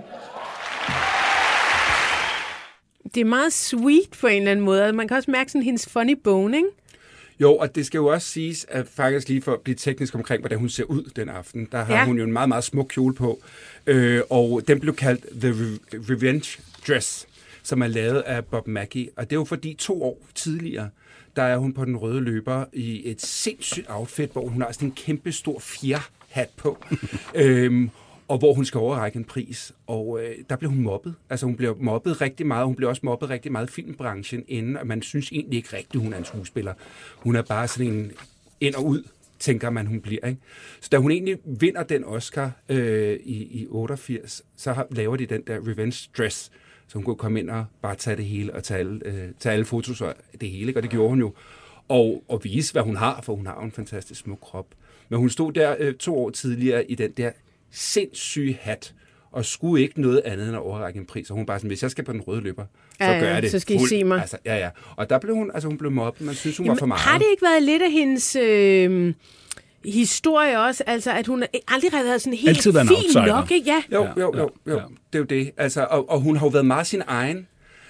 Det er meget sweet på en eller anden måde. Man kan også mærke sådan hendes funny bone, ikke? Jo, og det skal jo også siges, at faktisk lige for at blive teknisk omkring, hvordan hun ser ud den aften, der har hun jo en meget, meget smuk kjole på, og den blev kaldt The Revenge Dress, som er lavet af Bob Mackie, og det er jo fordi 2 år tidligere, der er hun på den røde løber i et sindssygt outfit, hvor hun har sådan en kæmpe stor fjerhat på, og hvor hun skal overrække en pris, og der blev hun mobbet. Altså hun blev mobbet rigtig meget, hun blev også mobbet rigtig meget i filmbranchen inden, og man synes egentlig ikke rigtigt, hun er en skuespiller. Hun er bare sådan en ind og ud, tænker man, hun bliver, ikke? Så da hun egentlig vinder den Oscar i 88, så laver de den der Revenge Dress, så hun kunne komme ind og bare tage det hele og tage alle fotos og det hele, ikke? Og det gjorde hun jo. Og vise, hvad hun har, for hun har jo en fantastisk smuk krop. Men hun stod der 2 år tidligere i den der sindssyge hat, og skulle ikke noget andet end at overrække en pris. Og hun bare sådan, hvis jeg skal på den røde løber, så gør jeg det. Så skal I se mig. Altså, ja. Og der blev hun blev mobbet. Man synes, hun var for meget. Har det ikke været lidt af hendes historie også? Altså, at hun aldrig har været sådan helt fin nok, ikke? Ja. Jo. Det er jo det. Altså, og hun har jo været meget sin egen.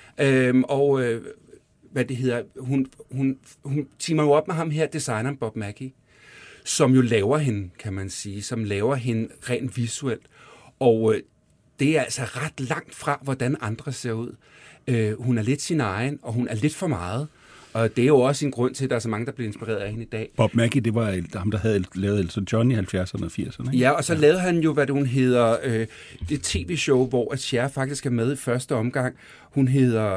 Hvad det hedder, hun teamer jo op med ham her, designeren Bob Mackie, som jo laver hende, kan man sige, som laver hende rent visuelt. Og det er altså ret langt fra, hvordan andre ser ud. Hun er lidt sin egen, og hun er lidt for meget. Og det er jo også en grund til, at der er så mange, der bliver inspireret af hende i dag. Bob Mackie, det var ham, der havde lavet Elton John i 70'erne og 80'erne. Ikke? Ja, og så lavede han jo, hvad det hun hedder, det tv-show, hvor Cher faktisk er med i første omgang. Hun hedder,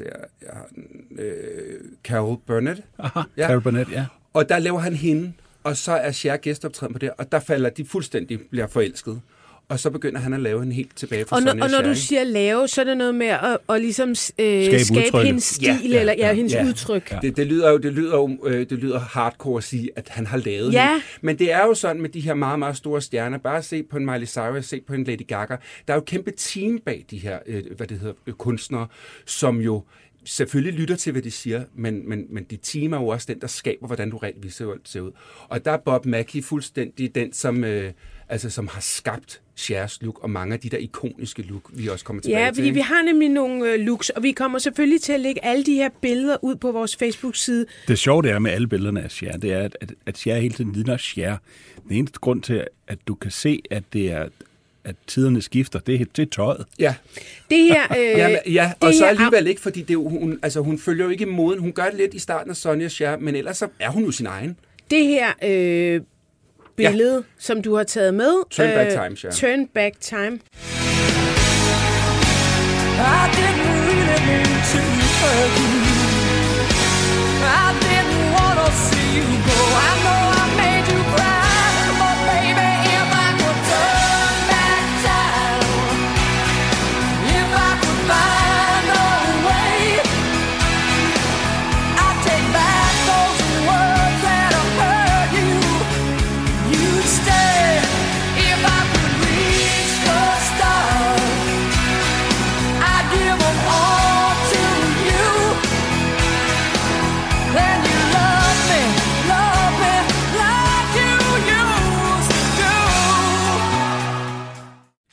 Carol Burnett. Aha, ja. Carol Burnett, ja. Og der laver han hende, og så er Cher gæsteoptræden på det, og der falder de fuldstændig, bliver forelsket. Og så begynder han at lave en helt tilbage fra Sonja. Og når du siger lave, så er det noget med at ligesom skabe hendes stil, eller hendes udtryk. Ja. Det lyder hardcore at sige, at han har lavet hende. Men det er jo sådan med de her meget, meget store stjerner. Bare se på en Miley Cyrus, se på en Lady Gaga. Der er jo et kæmpe team bag de her kunstnere, som jo selvfølgelig lytter til, hvad de siger, men de team er jo også den, der skaber, hvordan du rent visuelt ser ud. Og der er Bob Mackie fuldstændig den, som har skabt Chers look, og mange af de der ikoniske look, vi også kommer tilbage til. Ja, fordi vi har nemlig nogle looks, og vi kommer selvfølgelig til at lægge alle de her billeder ud på vores Facebook-side. Det sjove det er med alle billederne af Cher, det er, at Cher hele tiden ligner Cher. Den eneste grund til, at du kan se, at det er at tiderne skifter, det er tøjet. Ja. Det her... og så alligevel ikke, fordi det, hun følger jo ikke moden. Hun gør det lidt i starten af Sonja Cher, men ellers så er hun jo sin egen. Det her billede, som du har taget med. Turn Back Time, Cher. Turn Back Time. I didn't really mean to hurt you. I didn't want to see you go. I know I made you cry, but baby, if I could turn back time, if I could find a way, I'd take back those words that have hurt you. You'd stay if I could reach the stars.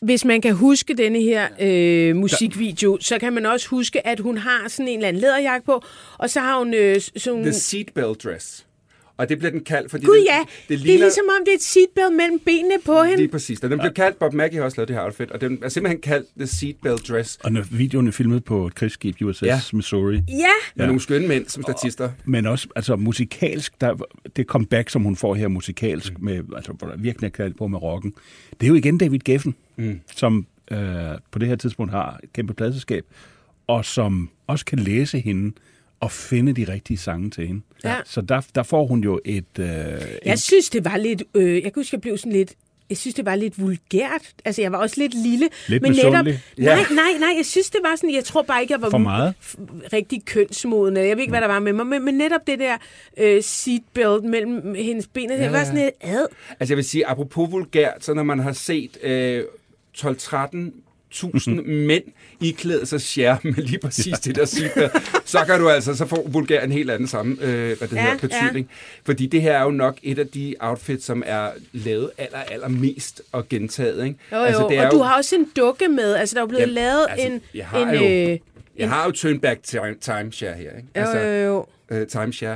hvis man kan huske denne her musikvideo, så kan man også huske, at hun har sådan en eller anden læderjakke på, og så har hun sådan... The seatbelt dress. Og det bliver den kaldt, fordi Gud ja, det ligner... det er ligesom om det er et seatbelt mellem benene på hende. Lige præcis. Og den bliver kaldt, Bob Mackie har også lavet det her outfit, og den er simpelthen kaldt The Seatbelt Dress. Og når videoen er filmet på et krigsskib, USS Missouri. Ja. Med nogle skønne mænd som statister. Men også, altså musikalsk, det comeback, som hun får her musikalsk, med, altså, hvor der virkelig er kaldt på med rocken, det er jo igen David Geffen, som på det her tidspunkt har et kæmpe pladselskab, og som også kan læse hende, og finde de rigtige sange til hende. Ja. Så der får hun jo et... Jeg synes, det var lidt... jeg kan huske, jeg blev sådan lidt... Jeg synes, det var lidt vulgært. Altså, jeg var også lidt lille. Lidt men netop, nej, jeg synes, det var sådan... Jeg tror bare ikke, jeg var for meget. Rigtig kønsmoden. Jeg ved ikke, hvad der var med mig. Men netop det der seatbelt mellem hendes ben, det var sådan et ad. Altså, jeg vil sige, apropos vulgært, så når man har set 12-13.000 mænd iklæde sig Cher med lige præcis det der seatbelt, så kan du altså, så får vulgær en helt anden samme betydning. Fordi det her er jo nok et af de outfits, som er lavet allermest og gentaget, ikke? Jo, altså, det er og du har også en dukke med, altså der er blevet lavet Jeg har jo Turn Back Timeshare her, ikke? Altså, Timeshare.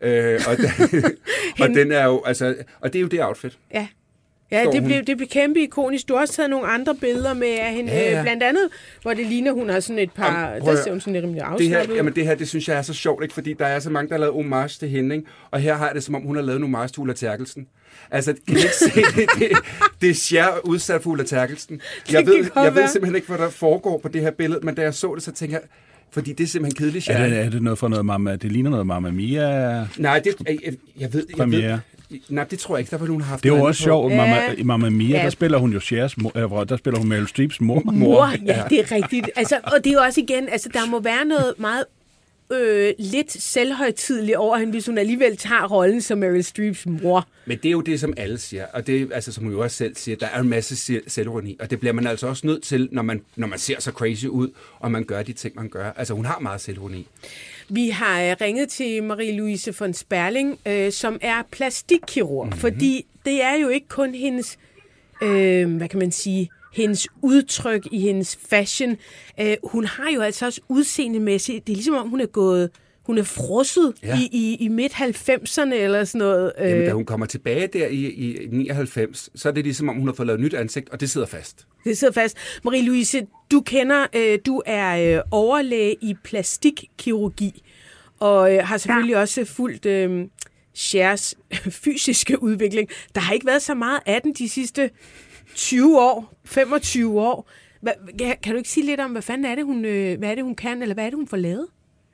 Og den er jo, altså, og det er jo det outfit. Ja. Ja, det blev kæmpe ikonisk. Du har også taget nogle andre billeder med af hende, blandt andet, hvor det ligner, hun har sådan et par... Der ser hun sådan lidt rimelig afslappet. Det her, det synes jeg er så sjovt, ikke? Fordi der er så mange, der har lavet homage til hende, ikke? Og her har jeg det, som om hun har lavet en homage til Ulla Terkelsen. Altså, kan I ikke se det er Cher udsat for Ulla Terkelsen. Jeg ved simpelthen ikke, hvad der foregår på det her billede, men da jeg så det, så tænker jeg, fordi det er simpelthen kedeligt, Cher. Er det noget for noget Mamma? Det ligner noget Mamma Mia? Nej, jeg ved. Nej, det tror jeg ikke. Der var nogen, der har haft. Det er jo også sjovt. I Mamma Mia, der spiller hun jo Chers mor, der spiller hun Meryl Streeps mor. Ja, det er rigtigt. Altså, og det er jo også igen, altså der må være noget meget lidt selvhøjtideligt over hende, hvis hun alligevel tager rollen som Meryl Streeps mor. Men det er jo det, som alle siger, og det altså, som hun jo også selv siger, der er en masse selvironi, og det bliver man altså også nødt til, når man ser så crazy ud, og man gør de ting, man gør. Altså, hun har meget selvironi. Vi har ringet til Marie-Louise von Sperling, som er plastikkirurg, fordi det er jo ikke kun hendes, hvad kan man sige, hendes udtryk i hendes fashion. Hun har jo altså også udseendemæssigt, det er ligesom om hun er frosset i midt-90'erne eller sådan noget. Jamen, da hun kommer tilbage der i 99, så er det ligesom om hun har fået lavet nyt ansigt, og det sidder fast. Det sidder fast. Marie-Louise, du er overlæge i plastikkirurgi, og har selvfølgelig også fulgt Chers fysiske udvikling. Der har ikke været så meget af den de sidste 20 år, 25 år. Kan du ikke sige lidt om, hvad fanden er det, hun kan, eller hvad er det, hun får lavet?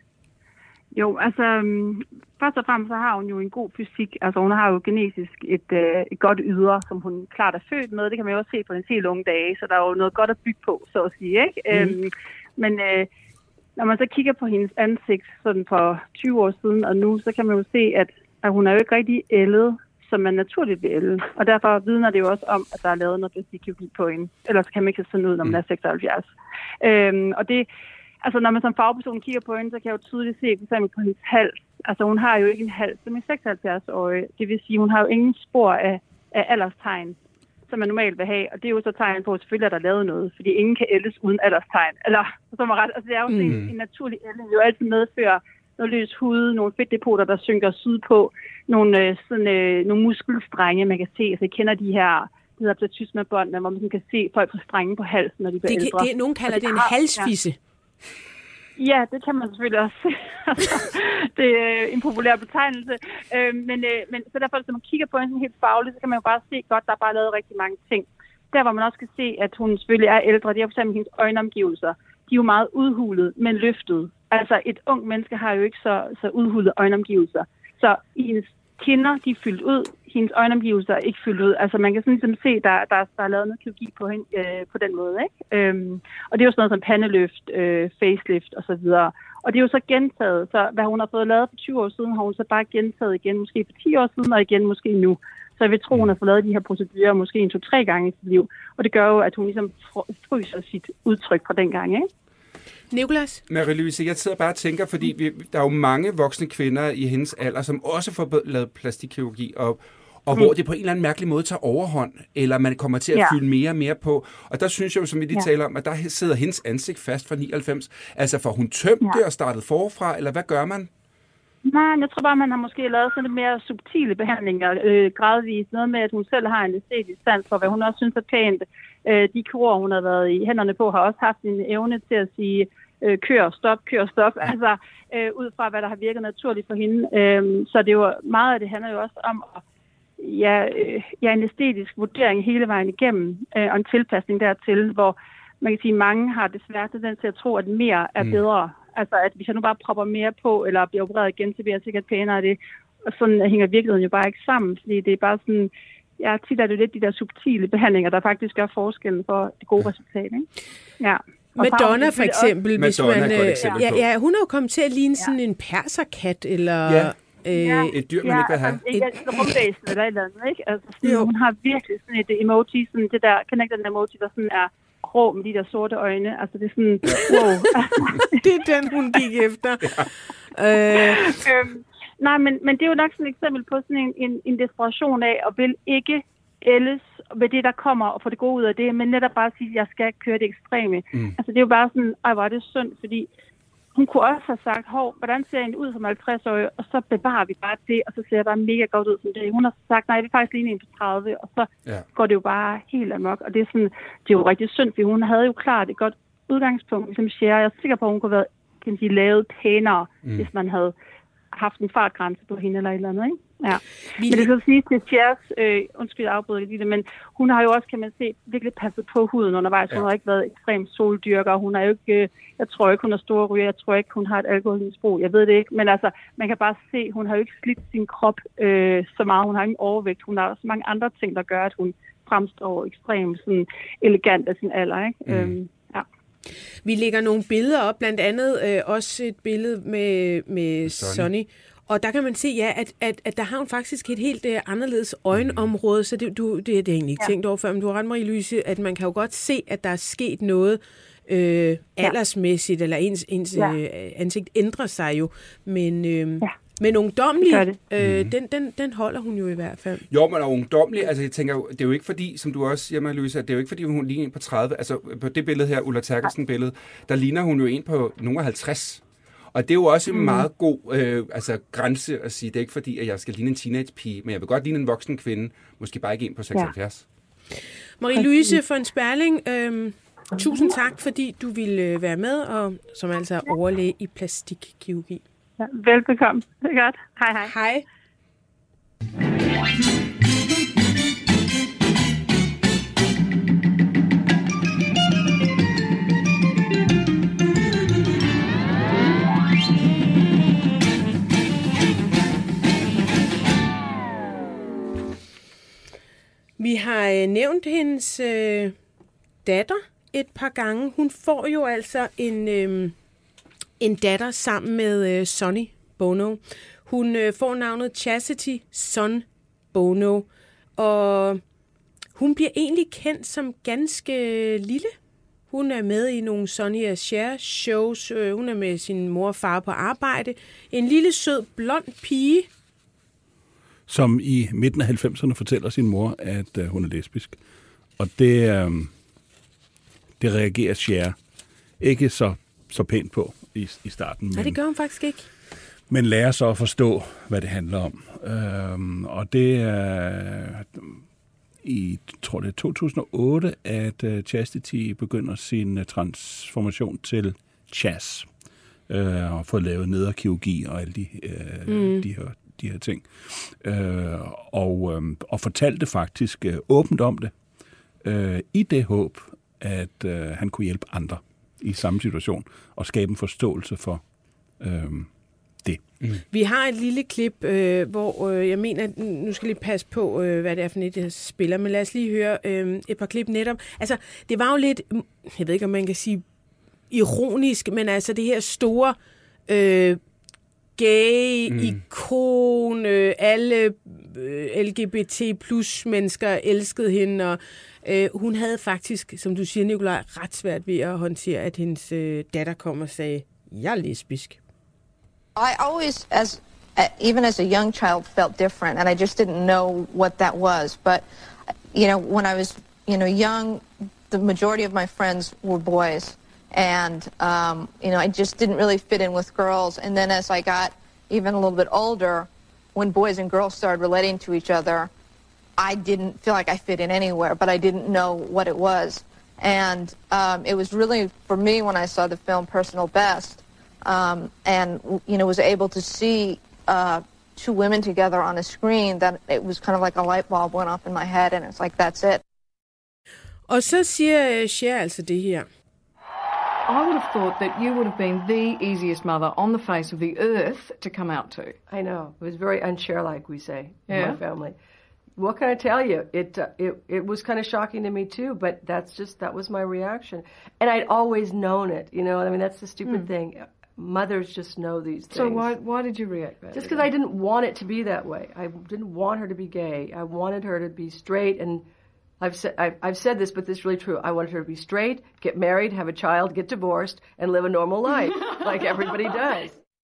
Jo, altså først og fremmest så har hun jo en god fysik. Altså hun har jo genetisk et godt ydre, som hun klart er født med. Det kan man jo også se på den helt unge dage, så der er jo noget godt at bygge på, så at sige, ikke? Men når man så kigger på hendes ansigt sådan for 20 år siden og nu, så kan man jo se, at hun er jo ikke rigtig ældet, som man naturligt vil ælde. Og derfor vidner det jo også om, at der er lavet noget plastikkirurgi på hende. Ellers kan man ikke se sådan ud, når man er 76. Og det... Altså, når man som fagperson kigger på hende, så kan jeg jo tydeligt se, for eksempel på hendes hals. Altså, hun har jo ikke en hals som en 76-årig. Det vil sige, hun har jo ingen spor af alderstegn, som man normalt vil have. Og det er jo så tegn på, at selvfølgelig er der lavet noget, fordi ingen kan ældes uden alderstegn. Eller, som er ret, altså, det er jo en naturlig ældning. Det jo altid medfører noget løs hud, nogle fedtdepoter, der synker sydpå, nogle muskelstrenge, man kan se. Altså, jeg kender de her... Det hedder platysmabånd, hvor man kan se folk få strenge på halsen, når de bliver ældre. Nogen kalder det en halsfisse. Ja, det kan man selvfølgelig også se. Det er en populær betegnelse. Men så derfor, hvis man kigger på hende helt fagligt, så kan man jo bare se godt, der er bare lavet rigtig mange ting. Der, hvor man også kan se, at hun selvfølgelig er ældre, det er for eksempel hendes øjenomgivelser. De er jo meget udhulet, men løftet. Altså, et ung menneske har jo ikke så udhulede øjenomgivelser. Så hendes kinder, de er fyldt ud. Hendes øjenomgivelser er ikke fyldt ud. Altså, man kan sådan ligesom se, der er lavet noget kirurgi på hende på den måde, ikke? Og det er jo sådan noget som pandeløft, facelift og så videre. Og det er jo så gentaget. Så hvad hun har fået lavet for 20 år siden, har hun så bare gentaget igen, måske for 10 år siden, og igen måske nu. Så jeg vil tro, hun har fået lavet de her procedurer måske 2-3 gange i sit liv. Og det gør jo, at hun ligesom fryser sit udtryk fra den gang, ikke? Nicolas? Marie-Louise, jeg sidder bare og tænker, fordi der er jo mange voksne kvinder i hendes alder, som også får lavet plastikkirurgi, og hvor det på en eller anden mærkelig måde tager overhånd, eller man kommer til at fylde mere og mere på. Og der synes jeg jo, som vi lige taler om, at der sidder hendes ansigt fast fra 99. Altså, for hun tømte og startede forfra, eller hvad gør man? Nej, jeg tror bare, man har måske lavet sådan lidt mere subtile behandlinger gradvist. Noget med, at hun selv har en æstetisk sans for, hvad hun også synes er pænt. De kurer, hun har været i hænderne på, har også haft en evne til at sige kør stop. Altså, ud fra, hvad der har virket naturligt for hende. Så det er jo meget af det handler jo også om en æstetisk vurdering hele vejen igennem, og en tilpasning dertil, hvor man kan sige, mange har desværre tendens til at tro, at mere er bedre. Altså, at hvis jeg nu bare propper mere på, eller bliver opereret igen, så bliver jeg sikkert pænere af det. Og sådan hænger virkeligheden jo bare ikke sammen, fordi det er bare sådan, tit er det lidt de der subtile behandlinger, der faktisk gør forskellen for det gode resultat, ikke? Ja. Madonna for eksempel, hvis Madonna man... er et godt eksempel på. Ja, hun er jo kommet til at ligne sådan en perserkat, eller... Et dyr, man ikke vil have. Et rumvæsen eller et eller andet, ikke? Altså, hun har virkelig sådan et emoji, sådan det der, kan ikke den emoji, der sådan er grå med de der sorte øjne. Altså, det er sådan, wow. Det er den, hun gik efter. Nej, men det er jo nok sådan et eksempel på sådan en desperation af, og vil ikke ældes med det, der kommer, og få det gode ud af det, men netop bare sige, at jeg skal køre det ekstreme. Altså, det er jo bare sådan, hvor er det synd, fordi hun kunne også have sagt, hvordan ser en ud som 50-årig, og så bevarer vi bare det, og så ser jeg bare mega godt ud som det. Hun har sagt, nej, det er faktisk lige en på 30, og så går det jo bare helt amok. Og det er sådan, det er jo rigtig synd, for hun havde jo klart et godt udgangspunkt, ligesom Cher. Jeg er sikker på, at hun kunne have været, lavet pænere, hvis man havde haft en fartgrænse på hende eller et eller andet, ikke? Ja. Men det kan sige til Chers, undskyld, jeg afbryder lidt, men hun har jo også, kan man se, virkelig passet på huden undervejs. Hun har ikke været ekstremt soldyrker, hun er jo ikke, jeg tror ikke, hun har store ryger, jeg tror ikke, hun har et alkoholmisbrug, jeg ved det ikke, men altså, man kan bare se, hun har jo ikke slidt sin krop så meget, hun har ingen overvægt, hun har også mange andre ting, der gør, at hun fremstår ekstremt sådan elegant af sin alder, ikke? Vi lægger nogle billeder op, blandt andet også et billede med Sonny. Og der kan man se, at der har hun faktisk et helt anderledes øjenområde, så det har jeg egentlig ikke tænkt over før, men du har ret, Marie-Louise, at man kan jo godt se, at der er sket noget aldersmæssigt, eller ens ansigt ændrer sig jo, men ungdomlig, den holder hun jo i hvert fald. Jo, men ungdomlig, altså jeg tænker, det er jo ikke fordi, som du også siger, Marie-Louise, det er jo ikke fordi, hun ligner en på 30, altså på det billede her, Ulla Terkelsen-billede, der ligner hun jo en på nogen af 50. Og det er jo også en meget god grænse at sige, det er ikke fordi, at jeg skal ligne en teenage-pige, men jeg vil godt ligne en voksen kvinde, måske bare ikke en på 76. Marie-Louise von Sperling, tusind tak, fordi du ville være med, og som altså er overlæge i plastikkirurgi. Ja, velbekomme. Det er godt. Hej. Hej. Vi har nævnt hendes datter et par gange. Hun får jo altså en datter sammen med Sonny Bono. Hun får navnet Chastity Son Bono, og hun bliver egentlig kendt som ganske lille. Hun er med i nogle Sonny og Cher shows. Hun er med sin mor og far på arbejde. En lille, sød, blond pige, som i midten af 90'erne fortæller sin mor, at hun er lesbisk. Og det reagerer Cher ikke så pænt på i starten. Nej, det gør hun faktisk ikke. Men lærer så at forstå, hvad det handler om. Og det er tror det er 2008, at Chastity begynder sin transformation til Chas. Og får lavet nederkirurgi og alle de her ting. Og fortalte faktisk åbent om det, i det håb, at han kunne hjælpe andre i samme situation, og skabe en forståelse for det. Vi har et lille klip, hvor jeg mener, nu skal jeg lige passe på, hvad det er for et, jeg spiller, men lad os lige høre et par klip netop. Altså, det var jo lidt, jeg ved ikke, om man kan sige ironisk, men altså det her store gay-ikon, alle LGBT plus mennesker elskede hende, og hun havde faktisk, som du siger, Nikolaj, ret svært ved at håndtere, at hendes datter kom og sagde, jeg er lesbisk. I always, as even as a young child, felt different, and I just didn't know what that was. But, when I was, young, the majority of my friends were boys, and, I just didn't really fit in with girls. And then as I got even a little bit older, when boys and girls started relating to each other, I didn't feel like I fit in anywhere, but I didn't know what it was. And it was really, for me, when I saw the film Personal Best, and, was able to see two women together on a screen, that it was kind of like a light bulb went off in my head, and it's like, that's it. Og så siger Cher altså det her. I would have thought that you would have been the easiest mother on the face of the earth to come out to. I know. It was very un-Cher-like, we say, in Yeah. my family. What can I tell you? It was kind of shocking to me too, but that was my reaction. And I'd always known it, that's the stupid thing. Mothers just know these things. So why did you react that? Just because I didn't want it to be that way. I didn't want her to be gay. I wanted her to be straight, and I've said this, but this is really true. I wanted her to be straight, get married, have a child, get divorced, and live a normal life, like everybody does.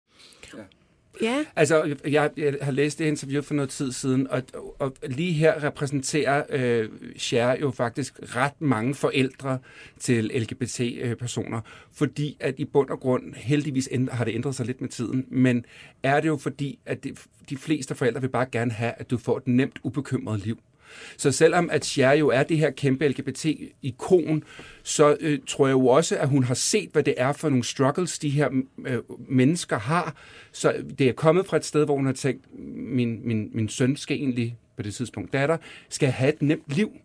Ja. Altså, jeg har læst det interview for noget tid siden, og lige her repræsenterer Cher jo faktisk ret mange forældre til LGBT-personer, fordi at i bund og grund, heldigvis har det ændret sig lidt med tiden, men er det jo fordi, at de fleste forældre vil bare gerne have, at du får et nemt, ubekymret liv. Så selvom at Cher jo er det her kæmpe LGBT-ikon, så tror jeg jo også, at hun har set, hvad det er for nogle struggles, de her mennesker har. Så det er kommet fra et sted, hvor hun har tænkt, min søn skal egentlig, på det tidspunkt datter, skal have et nemt liv.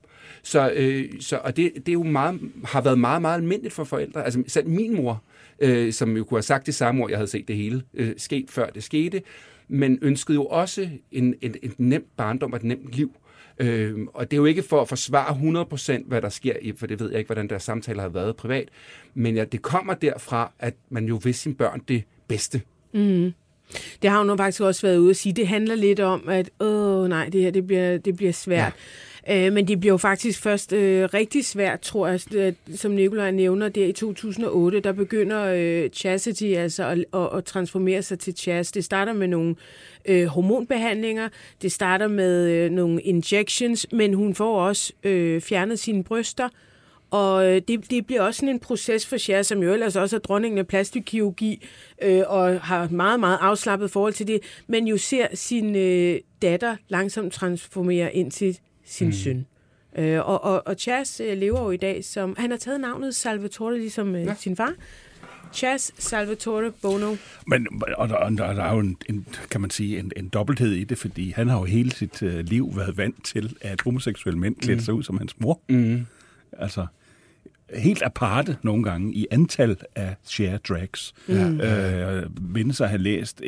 Og det er jo har været meget, meget almindeligt for forældre. Altså selv min mor, som jo kunne have sagt det samme ord, jeg havde set det hele sket, før det skete, men ønskede jo også en nemt barndom og et nemt liv. Og det er jo ikke for at forsvare 100% hvad der sker, for det ved jeg ikke, hvordan deres samtaler har været privat, men ja, det kommer derfra, at man jo vil sine børn det bedste. Mm. Det har hun faktisk også været ude at sige. Det handler lidt om, at det her det bliver svært. Ja. Men det bliver jo faktisk først rigtig svært, tror jeg, som Nikolaj nævner, der i 2008, der begynder Chastity altså at transformere sig til Chas. Det starter med nogle hormonbehandlinger, det starter med nogle injections, men hun får også fjernet sine bryster, og det bliver også sådan en proces for Cher, som jo ellers også er dronningen af plastikkirurgi, og har meget, meget afslappet forhold til det, men jo ser sin datter langsomt transformere ind til sin søn. Og Chas lever jo i dag som... Han har taget navnet Salvatore, ligesom sin far. Chas Salvatore Bono. Men og der er jo kan man sige, en dobbelthed i det, fordi han har jo hele sit liv været vant til, at homoseksuelle mænd klædte sig ud som hans mor. Mm. Altså, helt aparte nogle gange i antal af Cher drags. Mindes at have læst,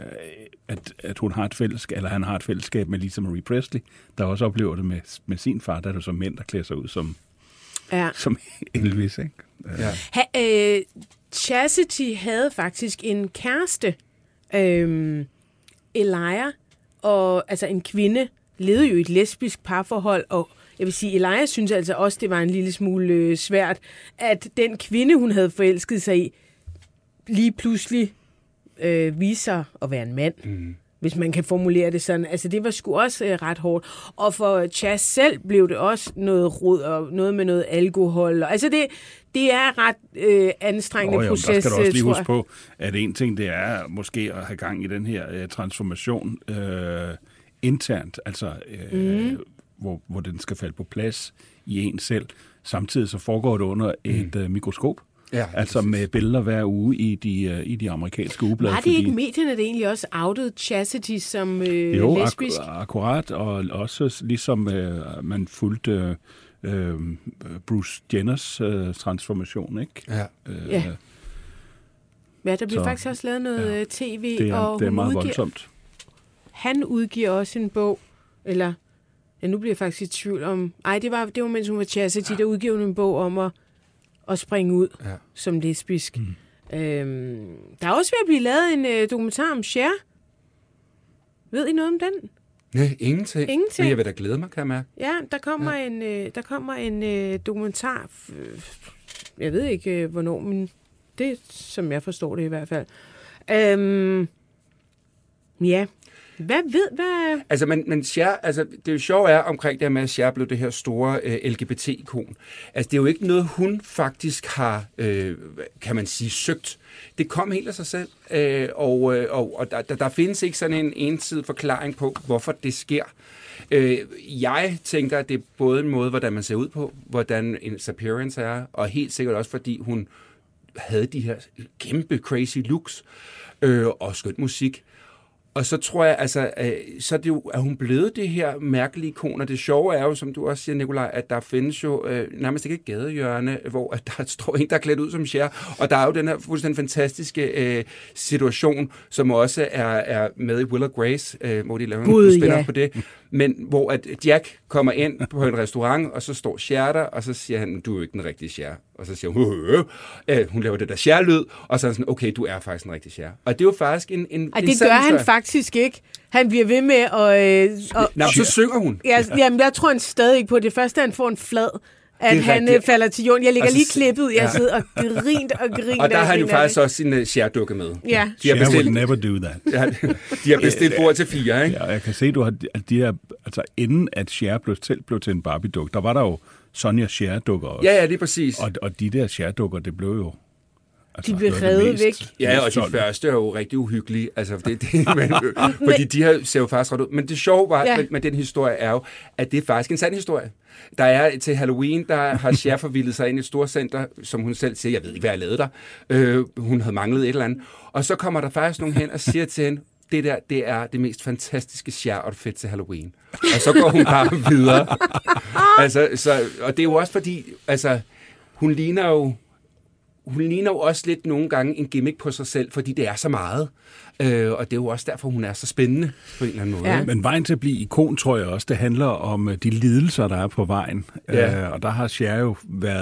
at hun har et fællesskab, eller han har et fællesskab med Lisa Marie Presley, der også oplever det med sin far, der er det som mænd, der klæder sig ud som Elvis, ikke? Chastity havde faktisk en kæreste, Elia, og altså en kvinde, levede jo i et lesbisk parforhold, og jeg vil sige, Elia synes altså også, det var en lille smule svært, at den kvinde, hun havde forelsket sig i, lige pludselig viser at være en mand. Hvis man kan formulere det sådan. Altså, det var sgu også ret hårdt. Og for Chas selv blev det også noget rod og noget med noget alkohol. Altså, det er ret anstrengende proces, der skal du også lige huske på, at en ting, det er måske at have gang i den her transformation internt, altså hvor den skal falde på plads i en selv. Samtidig så foregår det under et mikroskop. Ja, altså med billeder hver uge i de amerikanske ugeblade. Var det ikke medierne, der egentlig også outed Chastity som lesbisk? Jo, akkurat, og også ligesom man fulgte Bruce Jenners transformation, ikke? Ja. Ja, der bliver faktisk også lavet noget tv, og det er meget voldsomt. Han udgiver også en bog, eller nu bliver jeg faktisk i tvivl om... det var mens hun var Chastity, der udgiver hun en bog om at springe ud som lesbisk. Der er også ved at blive lavet en dokumentar om Cher. Ved I noget om den? Nej, ingenting. Men jeg vil da glæde mig, kan jeg mærke. Ja, der kommer en dokumentar. Jeg ved ikke, hvornår, men det som jeg forstår det i hvert fald. Ja. Hvad? Altså, men Cher, altså, det jo sjove er omkring det her med, at Cher blev det her store LGBT-ikon. Altså, det er jo ikke noget, hun faktisk har, kan man sige, søgt. Det kom helt af sig selv, og der findes ikke sådan en ensidig forklaring på, hvorfor det sker. Jeg tænker, at det er både en måde, hvordan man ser ud på, hvordan ens appearance er, og helt sikkert også, fordi hun havde de her kæmpe crazy looks og skønt musik. Og så tror jeg, altså, så er det jo, at hun blevet det her mærkelige ikon, og det sjove er jo, som du også siger, Nikolaj, at der findes jo nærmest ikke et gadehjørne, hvor at der står en, der er klædt ud som Cher, og der er jo den her fuldstændig fantastiske situation, som også er med i Will og Grace, hvor de laver en spin-off på det, men hvor at Jack kommer ind på en restaurant, og så står Cher der, og så siger han, du er jo ikke den rigtige Cher. Og så siger hun laver det der Cher-lyd, og så er han sådan, okay, du er faktisk en rigtig Cher. Og det er jo faktisk en det gør han faktisk ikke. Han bliver ved med at så synger hun. Jamen, jeg tror han stadig ikke på det. Første, han får en flad, at han falder til jorden. Jeg lægger lige klippet, jeg sidder og grint. Og der har han jo faktisk også sin Cher-dukke med. Ja. Cher would never do that. De har bestilt bord til 4, ikke? Ja, jeg kan se, at de her, altså inden at Cher blev til en Barbie-dukke, der var der jo Sonja Cher-dukker også. Ja, det er præcis. Og de der Cher-dukker, det blev jo... Altså, de blev revet væk. Ja, og de første er jo rigtig uhyggelige. Altså, fordi de her ser jo faktisk ret ud. Men det sjove var med den historie er jo, at det er faktisk en sand historie. Der er til Halloween, der har Cher forvildet sig ind i et storcenter, som hun selv siger, jeg ved ikke, hvad jeg lavede der. Hun havde manglet et eller andet. Og så kommer der faktisk nogen hen og siger til hende, det er det mest fantastiske Cher-outfit til Halloween. Og så går hun bare videre. Og det er jo også fordi, altså, hun ligner jo også lidt nogle gange en gimmick på sig selv, fordi det er så meget. Og det er jo også derfor, hun er så spændende på en eller anden måde. Ja. Men vejen til at blive ikon, tror jeg også, det handler om de lidelser, der er på vejen. Ja. Og der har Cher jo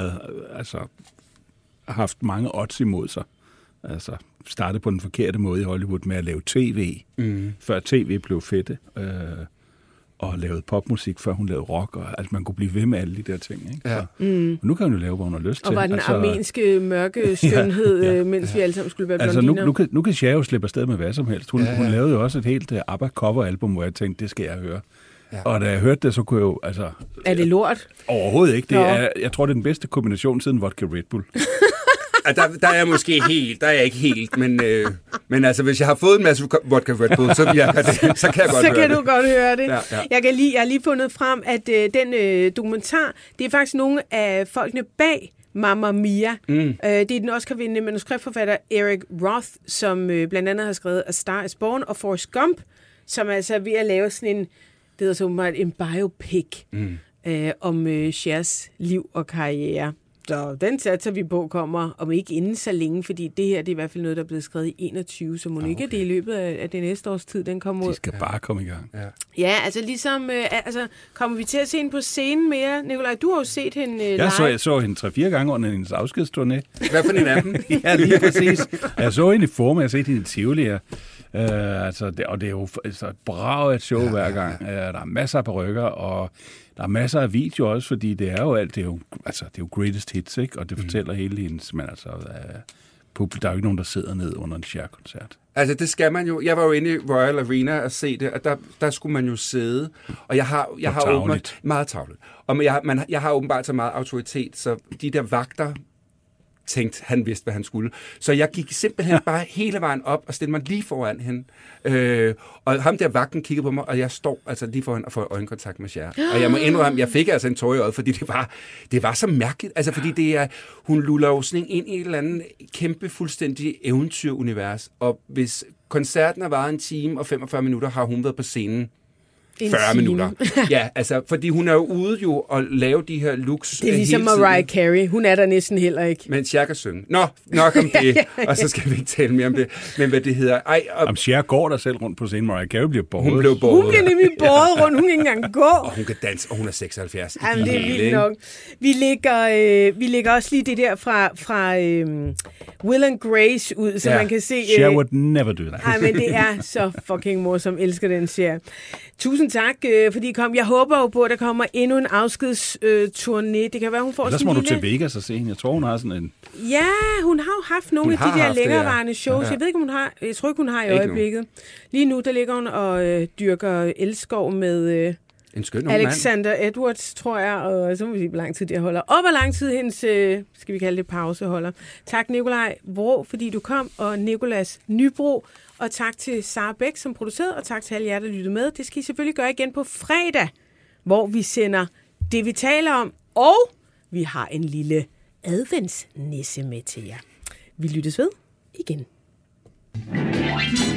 haft mange odds imod sig. Altså startede på den forkerte måde i Hollywood med at lave tv, før tv blev fedte. Og lavede popmusik, før hun lavede rock, og altså man kunne blive ved med alle de der ting. Ikke? Ja. Og nu kan hun jo lave, hvad hun har lyst til. Og var den armenske mørke skønhed, mens vi alle sammen skulle være blondiner. Altså nu kan Cher jo slippe afsted med hvad som helst. Hun lavede jo også et helt ABBA-cover-album, hvor jeg tænkte, det skal jeg høre. Ja. Og da jeg hørte det, så kunne jeg jo... Altså, er det lort? Overhovedet ikke. Jeg tror, det er den bedste kombination siden vodka Red Bull. Der er jeg måske helt, der er jeg ikke helt, men altså, hvis jeg har fået en masse vodka Red Bull, så virker det, så kan jeg godt høre det. Så kan du godt høre det. Ja. Jeg har lige fundet frem, at den dokumentar, det er faktisk nogle af folkene bag Mamma Mia. Det er den Oscar-vindende manuskriptforfatter Eric Roth, som blandt andet har skrevet A Star is Born og Forrest Gump, som altså er ved at lave sådan en, det hedder så meget en biopic om Chers liv og karriere. Så den satser vi på kommer om ikke inden så længe, fordi det her det er i hvert fald noget, der er blevet skrevet i 21, så må ikke det i løbet af det næste års tid, den kommer ud. De skal bare komme i gang. Ja, altså ligesom, kommer vi til at se hende på scenen mere? Nikolaj, du har jo set hende live. Jeg så hende 3-4 gange under hendes afskedsturné. Hvad for en af dem? Ja, lige præcis. Jeg så hende i form, jeg har set hende i Tivoli. Og det er jo et brag et show hver gang. Der er masser af perukker, og der er masser af videoer også, fordi det er jo greatest hits, ikke? Og det fortæller hele hendes, men altså, der er jo ikke nogen, der sidder ned under en Cher-koncert. Altså, det skal man jo. Jeg var jo inde i Royal Arena og se det, og der skulle man jo sidde. Og jeg har åbenbart meget tavligt. Og jeg har åbenbart så meget autoritet, så de der vagter tænkte, han vidste, hvad han skulle. Så jeg gik simpelthen bare hele vejen op og stillede mig lige foran hende. Og ham der vagten kiggede på mig, og jeg står altså lige foran og får øjenkontakt med Cher. Og jeg må indrømme, jeg fik altså en tår i øjet, fordi det var så mærkeligt. Altså, fordi hun luller jo sådan ind i et eller andet kæmpe, fuldstændig eventyrunivers. Og hvis koncerten har varet 1 time og 45 minutter, har hun været på scenen 40 minutter. Ja, altså, fordi hun er jo ude jo og lave de her looks. Det er ligesom Mariah Carey. Hun er der næsten heller ikke. Men Cher kan synge. Nok om det. Og så skal vi ikke tale mere om det. Men hvad det hedder... Om Cher går der selv rundt på scenen. Mariah Carey bliver båret. Hun blev båret. Hun bliver nemlig båret rundt. Hun kan ikke engang gå. Og hun kan danse, og hun er 76. Jamen, det er vildt nok. Vi lægger også lige det der fra Will and Grace ud, så man kan se... Cher would never do that. Nej, men det er så fucking morsomt. Elsker den Cher. Tusind Tusind tak, fordi I kom. Jeg håber jo på, at der kommer endnu en afskedsturné. Det kan være, hun får Ellers sådan må en du til Vegas og se hende. Jeg tror, hun har sådan en... Ja, hun har jo haft nogle af de der længerevarende shows. Ja. Jeg ved ikke, om hun har... Jeg tror ikke, hun har i øjeblikket. Lige nu, der ligger hun og dyrker elskov med... En skøn Alexander Edwards, tror jeg, og så må vi sige, hvor lang tid det holder. Og hvor lang tid hendes, skal vi kalde det, pause holder. Tak, Nikolaj Vrå, fordi du kom, og Nicolas Nybro. Og tak til Sara Bæk, som producerede, og tak til alle jer, der lyttede med. Det skal I selvfølgelig gøre igen på fredag, hvor vi sender det, vi taler om, og vi har en lille adventsnisse med til jer. Vi lyttes ved igen.